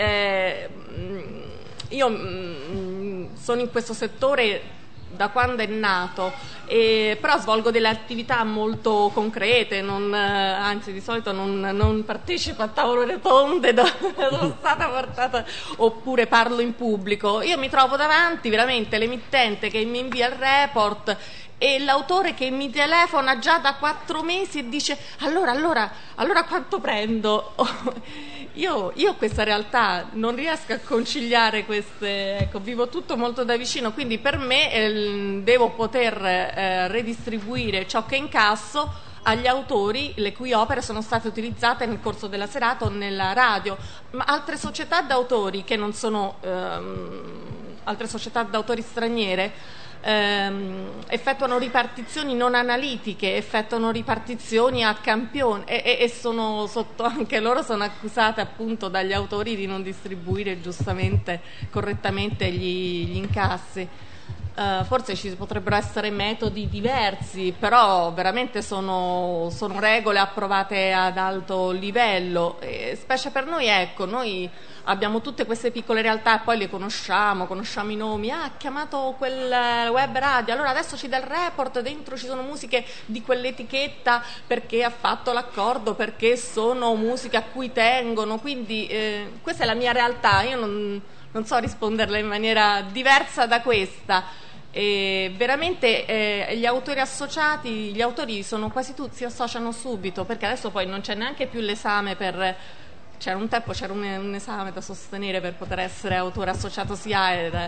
C: sono in questo settore da quando è nato, però svolgo delle attività molto concrete, anzi di solito non partecipo a tavole rotonde dove sono stata portata, oppure parlo in pubblico. Io mi trovo davanti veramente l'emittente che mi invia il report e l'autore che mi telefona già da 4 mesi e dice allora quanto prendo? Io questa realtà non riesco a conciliare queste, ecco, vivo tutto molto da vicino, quindi per me devo poter redistribuire ciò che incasso agli autori le cui opere sono state utilizzate nel corso della serata o nella radio. Ma altre società d'autori che non sono altre società d'autori straniere effettuano ripartizioni non analitiche, effettuano ripartizioni a campione e sono sotto, anche loro sono accusate appunto dagli autori di non distribuire giustamente, correttamente gli incassi. Forse ci potrebbero essere metodi diversi, però veramente sono regole approvate ad alto livello, specie per noi, ecco, noi abbiamo tutte queste piccole realtà e poi le conosciamo i nomi, ha chiamato quel web radio, allora adesso ci dà il report, dentro ci sono musiche di quell'etichetta perché ha fatto l'accordo, perché sono musiche a cui tengono, quindi questa è la mia realtà, io non so risponderle in maniera diversa da questa. Veramente gli autori associati, gli autori sono quasi tutti, si associano subito, perché adesso poi non c'è neanche più l'esame c'era un tempo, c'era un esame da sostenere per poter essere autore associato SIAE.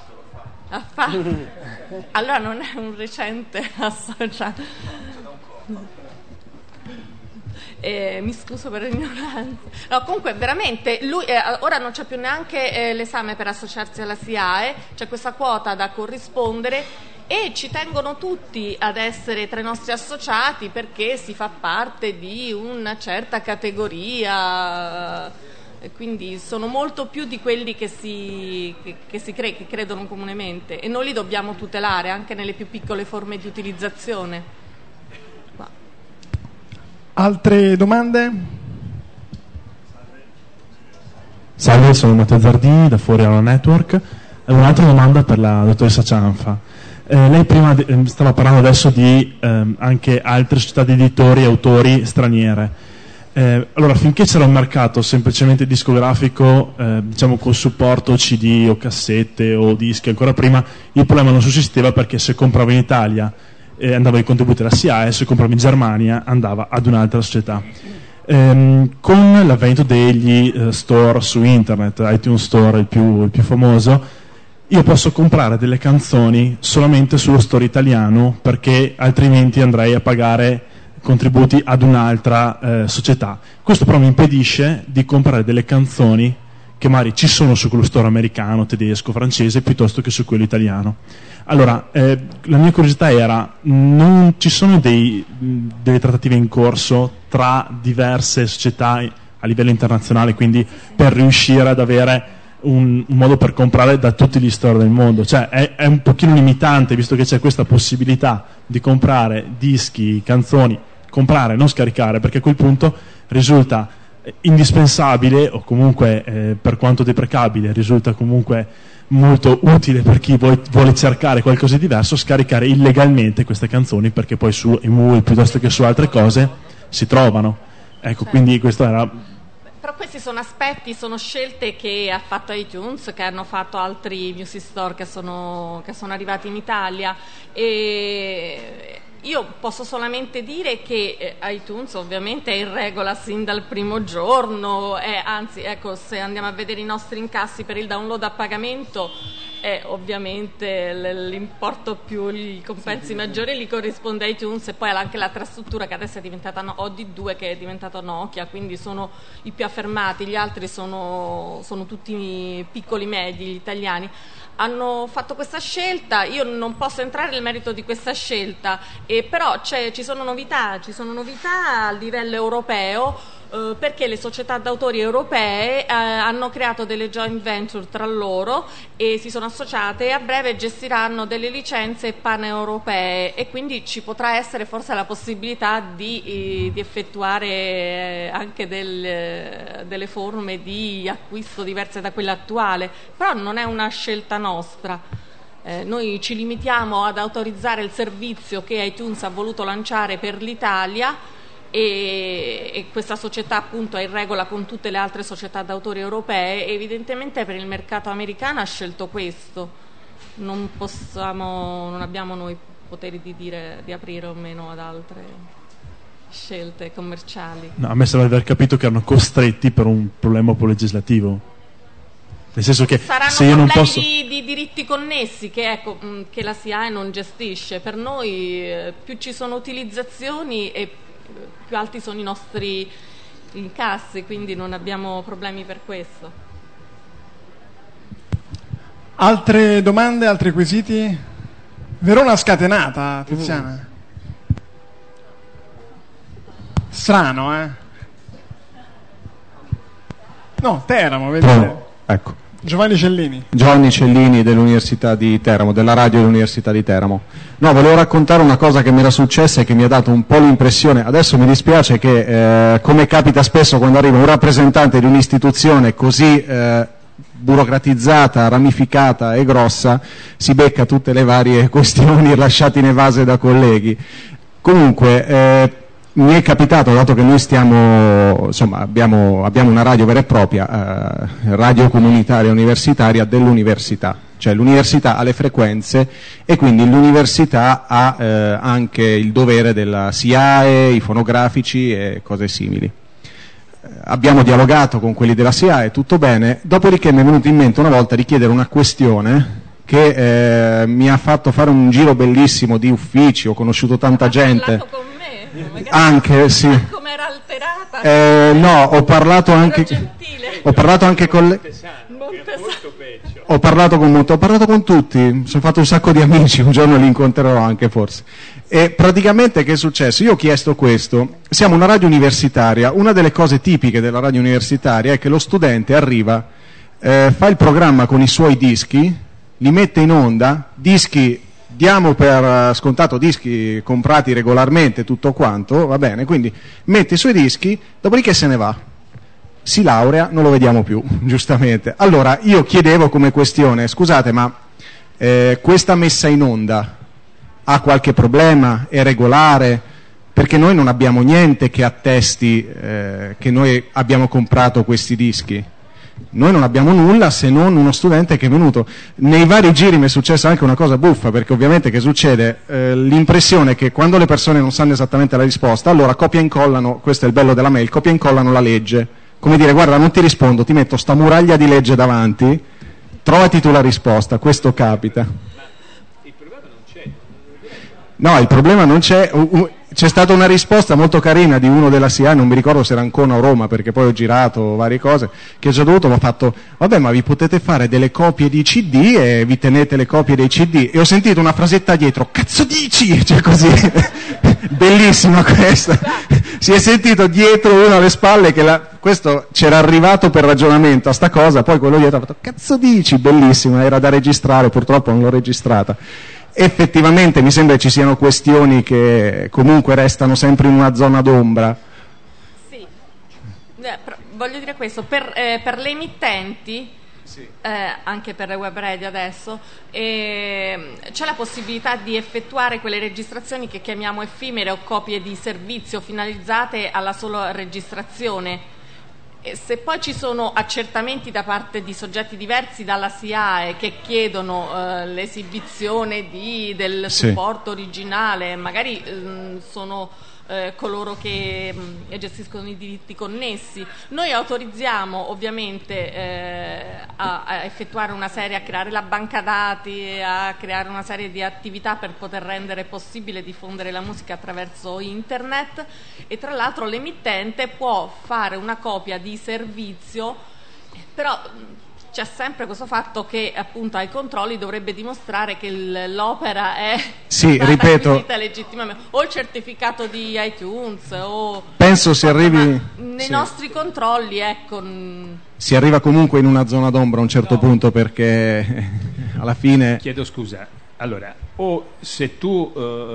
C: Allora non è un recente associato. Mi scuso per l'ignoranza. No, comunque veramente lui ora non c'è più neanche l'esame per associarsi alla SIAE, c'è questa quota da corrispondere e ci tengono tutti ad essere tra i nostri associati perché si fa parte di una certa categoria quindi sono molto più di quelli che che credono comunemente, e noi li dobbiamo tutelare anche nelle più piccole forme di utilizzazione.
J: Altre domande?
K: Salve, sono Matteo Zardini da Fuori Aula Network. Un'altra domanda per la dottoressa Cianfa. Lei prima stava parlando adesso di anche altre società di editori e autori straniere. Allora, finché c'era un mercato semplicemente discografico, diciamo col supporto CD o cassette o dischi, ancora prima, il problema non sussisteva, perché se comprava in Italia andava ai contributi della SIAE, se comprava in Germania andava ad un'altra società. Con l'avvento degli store su internet, iTunes Store il più famoso, io posso comprare delle canzoni solamente sullo store italiano, perché altrimenti andrei a pagare contributi ad un'altra società. Questo però mi impedisce di comprare delle canzoni che magari ci sono su quello store americano, tedesco, francese, piuttosto che su quello italiano. Allora, la mia curiosità era, non ci sono delle trattative in corso tra diverse società a livello internazionale, quindi per riuscire ad avere un modo per comprare da tutti gli store del mondo? Cioè è un pochino limitante, visto che c'è questa possibilità di comprare dischi, canzoni, comprare, non scaricare, perché a quel punto risulta indispensabile, o comunque per quanto deprecabile risulta comunque molto utile per chi vuole cercare qualcosa di diverso, scaricare illegalmente queste canzoni, perché poi su Emule piuttosto che su altre cose si trovano. Ecco, quindi questo era...
C: Però questi sono aspetti, sono scelte che ha fatto iTunes, che hanno fatto altri music store che sono arrivati in Italia, e io posso solamente dire che iTunes ovviamente è in regola sin dal primo giorno, anzi, ecco, se andiamo a vedere i nostri incassi per il download a pagamento, ovviamente l'importo più i compensi maggiori li corrisponde a iTunes, e poi anche l'altra struttura che adesso è diventata OD2, che è diventato Nokia, quindi sono i più affermati, gli altri sono tutti piccoli medi, gli italiani. Hanno fatto questa scelta, io non posso entrare nel merito di questa scelta, però ci sono novità a livello europeo, perché le società d'autori europee hanno creato delle joint venture tra loro e si sono associate, e a breve gestiranno delle licenze paneuropee, e quindi ci potrà essere forse la possibilità di effettuare anche delle forme di acquisto diverse da quella attuale, però non è una scelta nostra. Noi ci limitiamo ad autorizzare il servizio che iTunes ha voluto lanciare per l'Italia, e questa società appunto è in regola con tutte le altre società d'autori europee, e evidentemente per il mercato americano ha scelto questo. Non abbiamo noi poteri di dire di aprire o meno ad altre scelte commerciali.
K: No, a me sembra di aver capito che erano costretti per un problema legislativo. Nel senso che
C: saranno
K: se io non posso...
C: di diritti connessi che la SIAE non gestisce. Per noi più ci sono utilizzazioni e più alti sono i nostri incassi, quindi non abbiamo problemi per questo.
J: Altre domande, altri quesiti? Verona scatenata, Tiziana. Strano, eh? No, Teramo, vedete?
L: Ecco.
J: Giovanni
L: Cellini dell'Università di Teramo, della radio dell'Università di Teramo. No, volevo raccontare una cosa che mi era successa e che mi ha dato un po' l'impressione. Adesso mi dispiace che, come capita spesso quando arriva un rappresentante di un'istituzione così burocratizzata, ramificata e grossa, si becca tutte le varie questioni lasciate in evase da colleghi. Comunque, mi è capitato, dato che noi abbiamo una radio vera e propria, radio comunitaria universitaria dell'università, cioè l'università ha le frequenze e quindi l'università ha anche il dovere della SIAE, i fonografici e cose simili. Abbiamo dialogato con quelli della SIAE, tutto bene, dopodiché mi è venuto in mente una volta di chiedere una questione che mi ha fatto fare un giro bellissimo di uffici, ho conosciuto tanta gente. Anche, sì.
C: Come era alterata?
L: No, ho parlato anche con ho parlato con tutti, mi sono fatto un sacco di amici, un giorno li incontrerò anche forse. E praticamente che è successo? Io ho chiesto questo, siamo una radio universitaria, una delle cose tipiche della radio universitaria è che lo studente arriva, fa il programma con i suoi dischi, li mette in onda, dischi, diamo per scontato dischi comprati regolarmente, tutto quanto, va bene, quindi mette i suoi dischi, dopodiché se ne va. Si laurea, non lo vediamo più, giustamente. Allora, io chiedevo come questione, scusate, ma questa messa in onda ha qualche problema? È regolare? Perché noi non abbiamo niente che attesti che noi abbiamo comprato questi dischi. Noi non abbiamo nulla se non uno studente che è venuto. Nei vari giri mi è successa anche una cosa buffa, perché ovviamente che succede? L'impressione che quando le persone non sanno esattamente la risposta, allora copia e incollano, questo è il bello della mail, copia e incollano la legge. Come dire, guarda, non ti rispondo, ti metto sta muraglia di legge davanti, trovati tu la risposta, questo capita.
D: Il problema non c'è.
L: No, il problema non c'è. C'è stata una risposta molto carina di uno della SIA, non mi ricordo se era Ancona o Roma, perché poi ho girato varie cose, che ho già dovuto, mi ha fatto, vabbè, ma vi potete fare delle copie di CD e vi tenete le copie dei CD. E ho sentito una frasetta dietro, cazzo dici? Cioè così, bellissima questa. Si è sentito dietro uno alle spalle che questo c'era arrivato per ragionamento a sta cosa, poi quello dietro ha fatto, cazzo dici? Bellissima, era da registrare, purtroppo non l'ho registrata. Effettivamente mi sembra ci siano questioni che comunque restano sempre in una zona d'ombra.
C: Sì, voglio dire questo, per le emittenti, sì. Anche per le web radio adesso, c'è la possibilità di effettuare quelle registrazioni che chiamiamo effimere o copie di servizio finalizzate alla sola registrazione. Se poi ci sono accertamenti da parte di soggetti diversi dalla SIAE che chiedono l'esibizione del supporto originale, magari sono coloro che gestiscono i diritti connessi, noi autorizziamo ovviamente a effettuare una serie, a creare la banca dati, a creare una serie di attività per poter rendere possibile diffondere la musica attraverso internet, e tra l'altro l'emittente può fare una copia di servizio, però c'è sempre questo fatto che appunto ai controlli dovrebbe dimostrare che l'opera è stata acquisita legittimamente, o il certificato di iTunes o
L: penso si arrivi
C: nei nostri controlli, ecco,
L: si arriva comunque in una zona d'ombra a un certo punto, perché alla fine
D: chiedo scusa. Allora, o se tu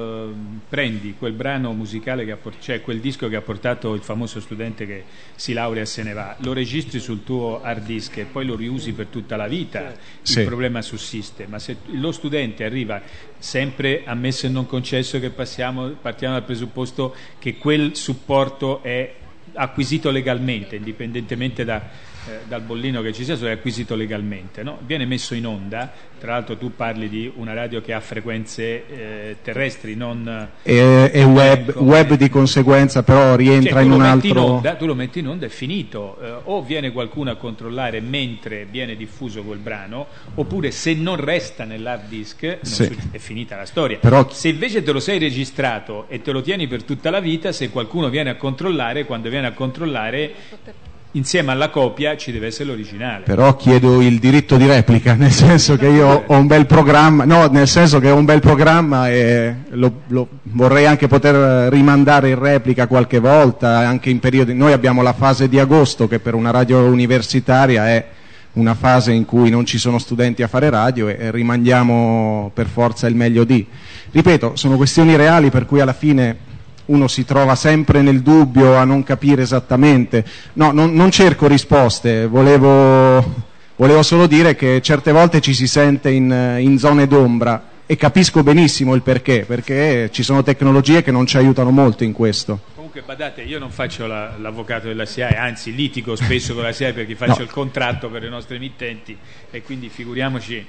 D: prendi quel brano musicale cioè quel disco che ha portato il famoso studente che si laurea e se ne va, lo registri sul tuo hard disk e poi lo riusi per tutta la vita, il problema sussiste. Ma se lo studente arriva, sempre ammesso e non concesso che partiamo dal presupposto che quel supporto è acquisito legalmente, indipendentemente dal bollino che ci sia, è acquisito legalmente, no? Viene messo in onda, tra l'altro tu parli di una radio che ha frequenze terrestri, non
L: e web di conseguenza, però rientra in un altro
D: tu lo metti in onda, è finito, o viene qualcuno a controllare mentre viene diffuso quel brano, oppure se non resta nell'hard disk è finita la storia.
L: Però
D: se invece te lo sei registrato e te lo tieni per tutta la vita, se qualcuno viene a controllare, quando viene a controllare insieme alla copia ci deve essere l'originale.
L: Però chiedo il diritto di replica, nel senso che io ho un bel programma, no, nel senso che ho un bel programma e lo vorrei anche poter rimandare in replica qualche volta, anche in periodi. Noi abbiamo la fase di agosto, che per una radio universitaria è una fase in cui non ci sono studenti a fare radio, e rimandiamo per forza il meglio di. Ripeto, sono questioni reali per cui alla fine uno si trova sempre nel dubbio a non capire esattamente. No, non cerco risposte, volevo solo dire che certe volte ci si sente in zone d'ombra, e capisco benissimo il perché ci sono tecnologie che non ci aiutano molto in questo.
D: Comunque badate, io non faccio l'avvocato della SIAE, anzi litigo spesso con la SIAE perché faccio il contratto per le nostre emittenti, e quindi figuriamoci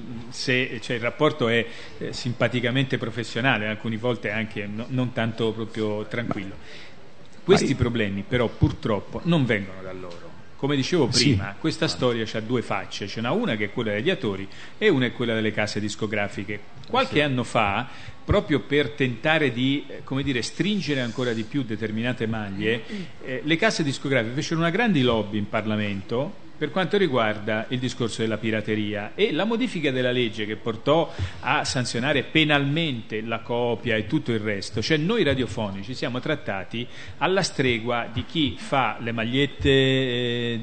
D: se il rapporto è simpaticamente professionale, alcune volte anche non tanto proprio tranquillo. Questi problemi però purtroppo non vengono da loro, come dicevo prima,
L: Sì.
D: questa storia ha due facce, ce n'è una che è quella degli autori e una è quella delle case discografiche. Qualche anno fa, proprio per tentare di stringere ancora di più determinate maglie, le case discografiche fecero una grande lobby in Parlamento per quanto riguarda il discorso della pirateria, e la modifica della legge che portò a sanzionare penalmente la copia e tutto il resto, cioè noi radiofonici siamo trattati alla stregua di chi fa le magliette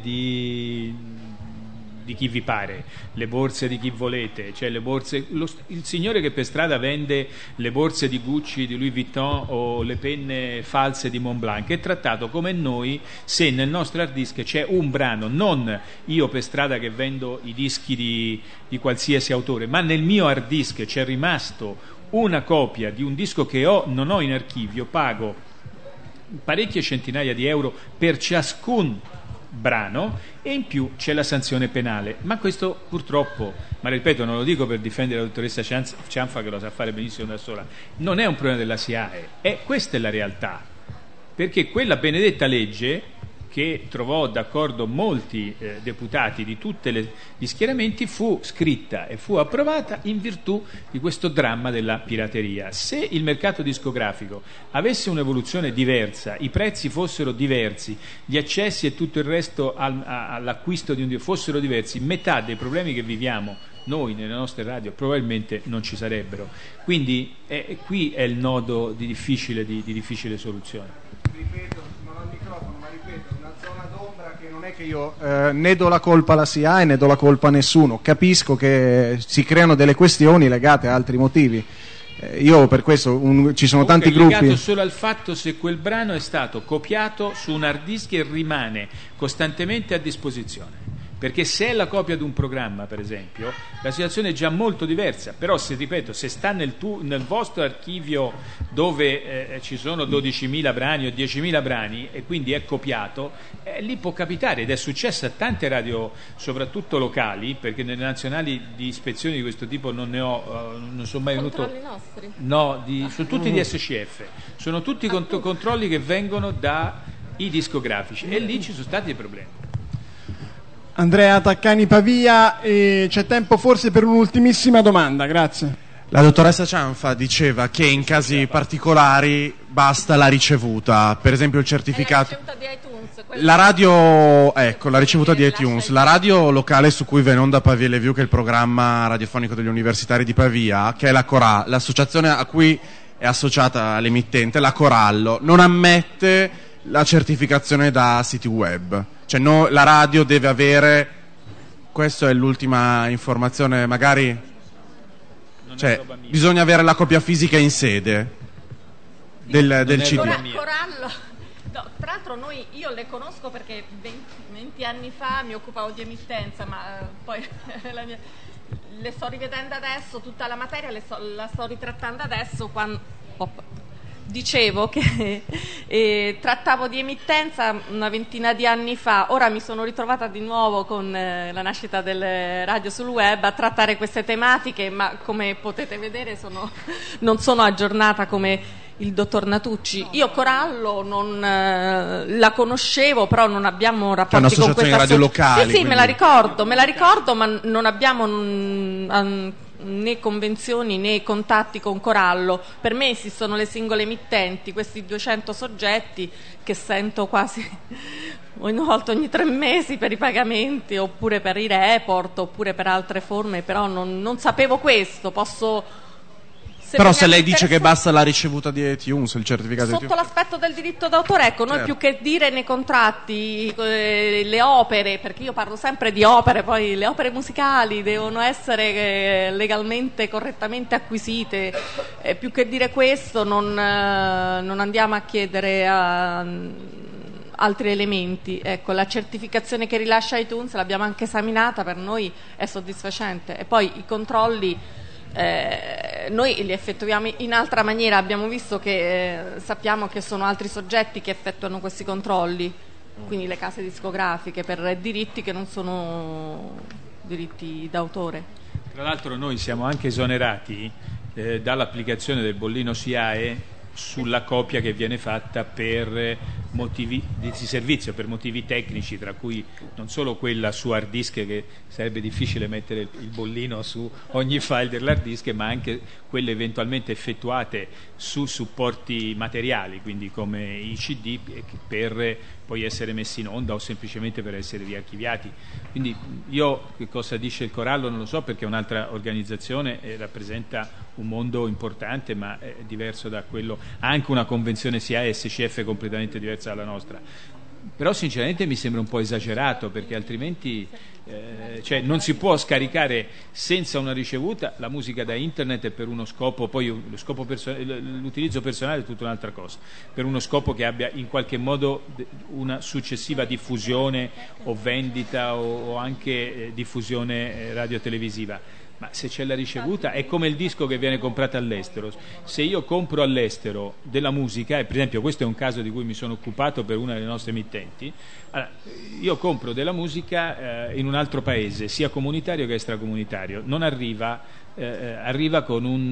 D: di chi vi pare, le borse di chi volete, cioè le borse, il signore che per strada vende le borse di Gucci, di Louis Vuitton o le penne false di Montblanc è trattato come noi se nel nostro hard disk c'è un brano, non io per strada che vendo i dischi di qualsiasi autore, ma nel mio hard disk c'è rimasto una copia di un disco che non ho in archivio, pago parecchie centinaia di euro per ciascun brano e in più c'è la sanzione penale. Ma questo purtroppo, ma ripeto, non lo dico per difendere la dottoressa Cianfa che lo sa fare benissimo da sola, non è un problema della SIAE, questa è la realtà, perché quella benedetta legge che trovò d'accordo molti deputati di tutti gli schieramenti fu scritta e fu approvata in virtù di questo dramma della pirateria. Se il mercato discografico avesse un'evoluzione diversa, i prezzi fossero diversi, gli accessi e tutto il resto all'acquisto di un disco fossero diversi, metà dei problemi che viviamo noi nelle nostre radio probabilmente non ci sarebbero. Quindi qui è il nodo di difficile soluzione.
L: Ripeto, non al microfono, ma ripeto, una zona d'ombra che non è che io né do la colpa alla SIAE né do la colpa a nessuno. Capisco che si creano delle questioni legate a altri motivi. Io per questo ci sono tanti gruppi.
D: È legato solo al fatto se quel brano è stato copiato su un hard disk e rimane costantemente a disposizione. Perché se è la copia di un programma, per esempio, la situazione è già molto diversa. Però, se sta nel vostro archivio dove ci sono 12.000 brani o 10.000 brani e quindi è copiato, lì può capitare, ed è successo a tante radio, soprattutto locali, perché nelle nazionali di ispezioni di questo tipo non ne ho, non sono mai venuto.
C: Controlli nostri?
D: No, sono tutti di SCF, sono tutti controlli che vengono dai discografici e lì ci sono stati dei problemi.
J: Andrea Taccani Pavia, e c'è tempo forse per un'ultimissima domanda, grazie.
M: La dottoressa Cianfa diceva che in casi particolari basta la ricevuta, per esempio il certificato.
C: La ricevuta di iTunes,
M: la radio, ecco, la ricevuta di iTunes, la radio locale su cui va in onda Pavia Le View, che è il programma radiofonico degli universitari di Pavia, che è l'associazione a cui è associata l'emittente, la Corallo, non ammette la certificazione da siti web. Cioè la radio deve avere, questa è l'ultima informazione, magari bisogna avere la copia fisica in sede del CD.
C: Corallo, no, tra l'altro io le conosco perché 20 anni fa mi occupavo di emittenza, ma poi le sto rivedendo adesso, tutta la materia la sto ritrattando adesso dicevo che trattavo di emittenza una ventina di anni fa, ora mi sono ritrovata di nuovo con la nascita delle radio sul web a trattare queste tematiche, ma come potete vedere non sono aggiornata come il dottor Natucci. Io Corallo non la conoscevo, però non abbiamo rapporti con questa
M: radio locali.
C: Sì, me la ricordo, ma non abbiamo né convenzioni né contatti con Corallo. Per me esistono le singole emittenti, questi 200 soggetti che sento quasi una volta ogni 3 mesi per i pagamenti, oppure per i report, oppure per altre forme, però non sapevo questo.
M: Però se lei dice che basta la ricevuta di iTunes, il certificato
C: sotto
M: di iTunes,
C: l'aspetto del diritto d'autore, ecco, noi più che dire nei contratti le opere, perché io parlo sempre di opere, poi le opere musicali devono essere legalmente correttamente acquisite, più che dire questo non andiamo a chiedere altri elementi. Ecco, la certificazione che rilascia iTunes l'abbiamo anche esaminata, per noi è soddisfacente, e poi i controlli noi li effettuiamo in altra maniera. Abbiamo visto che sappiamo che sono altri soggetti che effettuano questi controlli, quindi le case discografiche, per diritti che non sono diritti d'autore.
D: Tra l'altro noi siamo anche esonerati dall'applicazione del bollino SIAE sulla copia che viene fatta per motivi di servizio, per motivi tecnici, tra cui non solo quella su hard disk, che sarebbe difficile mettere il bollino su ogni file dell'hard disk, ma anche quelle eventualmente effettuate su supporti materiali, quindi come i CD, per poi essere messi in onda o semplicemente per essere riarchiviati. Quindi io, che cosa dice il Corallo non lo so, perché è un'altra organizzazione e rappresenta un mondo importante, ma è diverso da quello, ha anche una convenzione SIAE e SCF completamente diversa dalla nostra. Però sinceramente mi sembra un po' esagerato, perché altrimenti cioè non si può scaricare senza una ricevuta la musica da internet e per uno scopo, poi lo scopo l'utilizzo personale è tutta un'altra cosa, per uno scopo che abbia in qualche modo una successiva diffusione o vendita o anche diffusione radiotelevisiva. Ma se c'è la ricevuta è come il disco che viene comprato all'estero. Se io compro all'estero della musica, e per esempio questo è un caso di cui mi sono occupato per una delle nostre emittenti, allora, io compro della musica in un altro paese, sia comunitario che extracomunitario, non arriva, arriva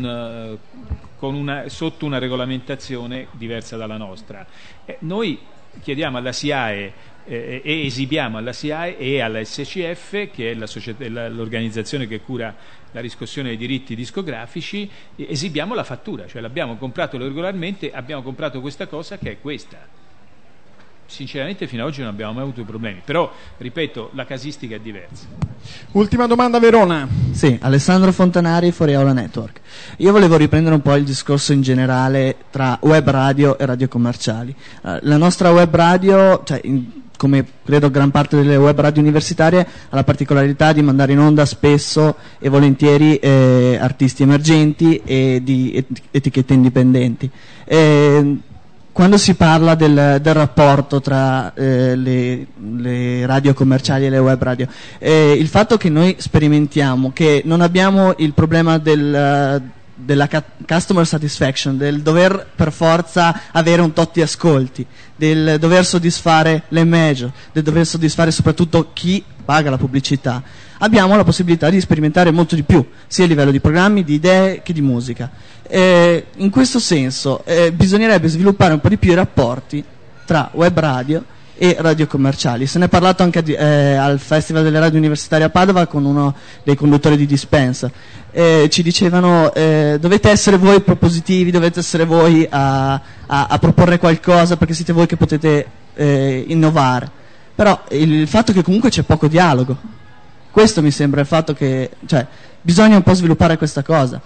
D: sotto una regolamentazione diversa dalla nostra. Noi chiediamo alla SIAE e esibiamo alla SIAE e alla SCF, che è l'organizzazione che cura la riscossione dei diritti discografici, esibiamo la fattura, cioè l'abbiamo comprato regolarmente, abbiamo comprato questa cosa che è questa. Sinceramente fino ad oggi non abbiamo mai avuto problemi, però ripeto, la casistica è diversa.
J: Ultima domanda, Verona.
N: Sì, Alessandro Fontanari, Fuori Aula Network. Io volevo riprendere un po' il discorso in generale tra web radio e radio commerciali. La nostra web radio, cioè come credo gran parte delle web radio universitarie, ha la particolarità di mandare in onda spesso e volentieri artisti emergenti e di etichette indipendenti. Quando si parla del rapporto tra le radio commerciali e le web radio, il fatto che noi sperimentiamo che non abbiamo il problema della customer satisfaction, del dover per forza avere un tot di ascolti, del dover soddisfare le major, del dover soddisfare soprattutto chi paga la pubblicità, abbiamo la possibilità di sperimentare molto di più, sia a livello di programmi, di idee che di musica. In questo senso bisognerebbe sviluppare un po' di più i rapporti tra web radio e radio commerciali. Se ne è parlato anche al Festival delle Radio Universitarie a Padova con uno dei conduttori di Dispensa. Ci dicevano dovete essere voi propositivi, dovete essere voi a proporre qualcosa, perché siete voi che potete innovare. Però il fatto che comunque c'è poco dialogo, questo mi sembra il fatto che, cioè, bisogna un po' sviluppare questa cosa.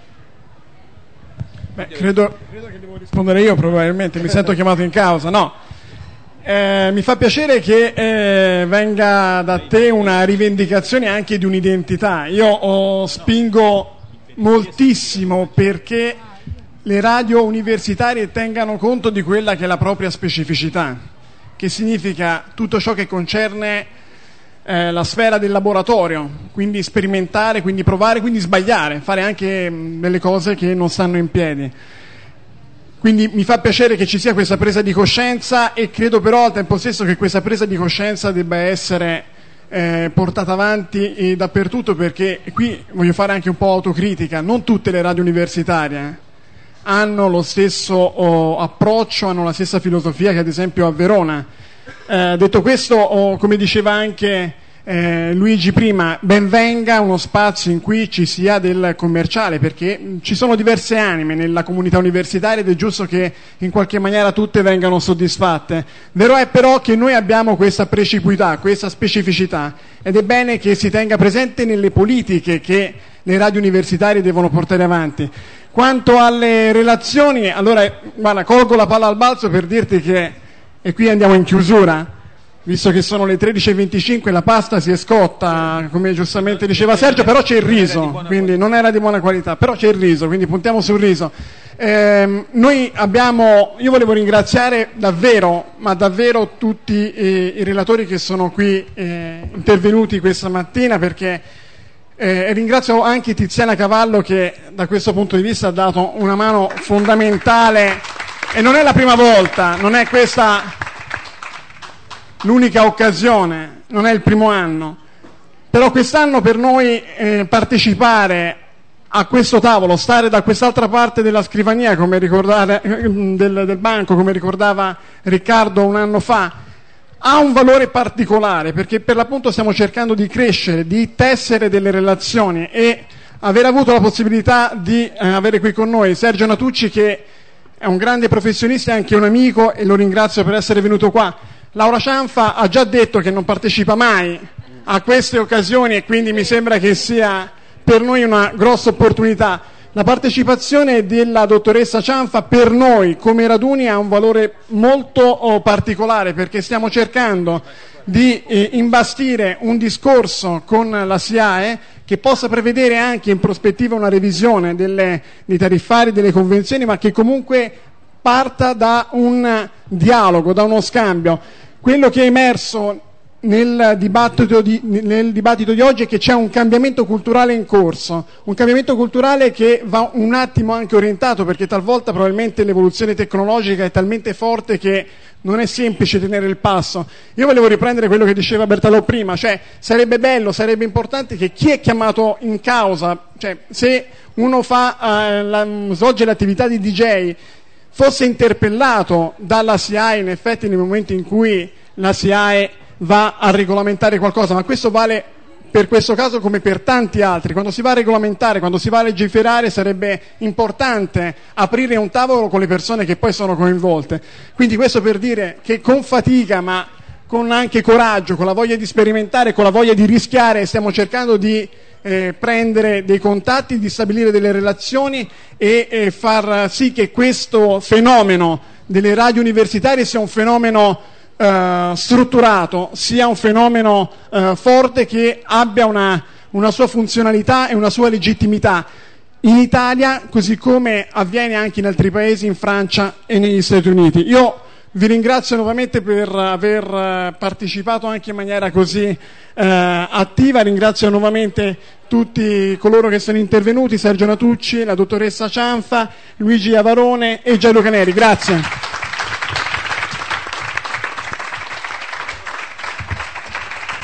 J: Beh, credo che devo rispondere io, probabilmente mi sento chiamato in causa. No, mi fa piacere che venga da te una rivendicazione anche di un'identità. Io spingo moltissimo perché le radio universitarie tengano conto di quella che è la propria specificità, che significa tutto ciò che concerne la sfera del laboratorio, quindi sperimentare, quindi provare, quindi sbagliare, fare anche delle cose che non stanno in piedi. Quindi mi fa piacere che ci sia questa presa di coscienza, e credo però al tempo stesso che questa presa di coscienza debba essere portata avanti dappertutto, perché qui voglio fare anche un po' autocritica. Non tutte le radio universitarie hanno lo stesso approccio, hanno la stessa filosofia che ad esempio a Verona. Detto questo, come diceva anche Luigi prima, ben venga uno spazio in cui ci sia del commerciale, perché ci sono diverse anime nella comunità universitaria ed è giusto che in qualche maniera tutte vengano soddisfatte. Vero è però che noi abbiamo questa precipità, questa specificità, ed è bene che si tenga presente nelle politiche che le radio universitarie devono portare avanti. Quanto alle relazioni, allora guarda, colgo la palla al balzo per dirti che, e qui andiamo in chiusura, visto che sono le 13:25, la pasta si è scotta, come giustamente diceva Sergio, però c'è il riso, quindi non era di buona qualità, però c'è il riso, quindi puntiamo sul riso. Noi abbiamo, io volevo ringraziare davvero, ma davvero tutti i relatori che sono qui intervenuti questa mattina, perché ringrazio anche Tiziana Cavallo, che da questo punto di vista ha dato una mano fondamentale, e non è la prima volta, non è questa l'unica occasione, non è il primo anno, però quest'anno per noi partecipare a questo tavolo, stare da quest'altra parte della scrivania, come del banco, come ricordava Riccardo un anno fa, ha un valore particolare, perché per l'appunto stiamo cercando di crescere, di tessere delle relazioni, e aver avuto la possibilità di avere qui con noi Sergio Natucci, che è un grande professionista e anche un amico, e lo ringrazio per essere venuto qua. Laura Cianfa ha già detto che non partecipa mai a queste occasioni, e quindi mi sembra che sia per noi una grossa opportunità. La partecipazione della dottoressa Cianfa per noi come raduni ha un valore molto particolare, perché stiamo cercando di imbastire un discorso con la SIAE che possa prevedere anche in prospettiva una revisione dei tariffari, delle convenzioni, ma che comunque parta da un dialogo, da uno scambio. Quello che è emerso nel dibattito di oggi è che c'è un cambiamento culturale in corso, un cambiamento culturale che va un attimo anche orientato, perché talvolta probabilmente l'evoluzione tecnologica è talmente forte che non è semplice tenere il passo. Io volevo riprendere quello che diceva Bertalò prima, cioè sarebbe bello, sarebbe importante che chi è chiamato in causa, cioè se uno svolge l'attività di DJ, fosse interpellato dalla SIAE in effetti nel momento in cui la SIAE va a regolamentare qualcosa, ma questo vale per questo caso come per tanti altri. Quando si va a regolamentare, quando si va a legiferare, sarebbe importante aprire un tavolo con le persone che poi sono coinvolte. Quindi questo per dire che con fatica, ma con anche coraggio, con la voglia di sperimentare, con la voglia di rischiare, stiamo cercando di prendere dei contatti, di stabilire delle relazioni e far sì che questo fenomeno delle radio universitarie sia un fenomeno strutturato, sia un fenomeno forte, che abbia una sua funzionalità e una sua legittimità in Italia, così come avviene anche in altri paesi, in Francia e negli Stati Uniti. Io vi ringrazio nuovamente per aver partecipato anche in maniera così attiva, ringrazio nuovamente tutti coloro che sono intervenuti, Sergio Natucci, la dottoressa Cianfa, Luigi Avarone e Gianluca Neri. Grazie.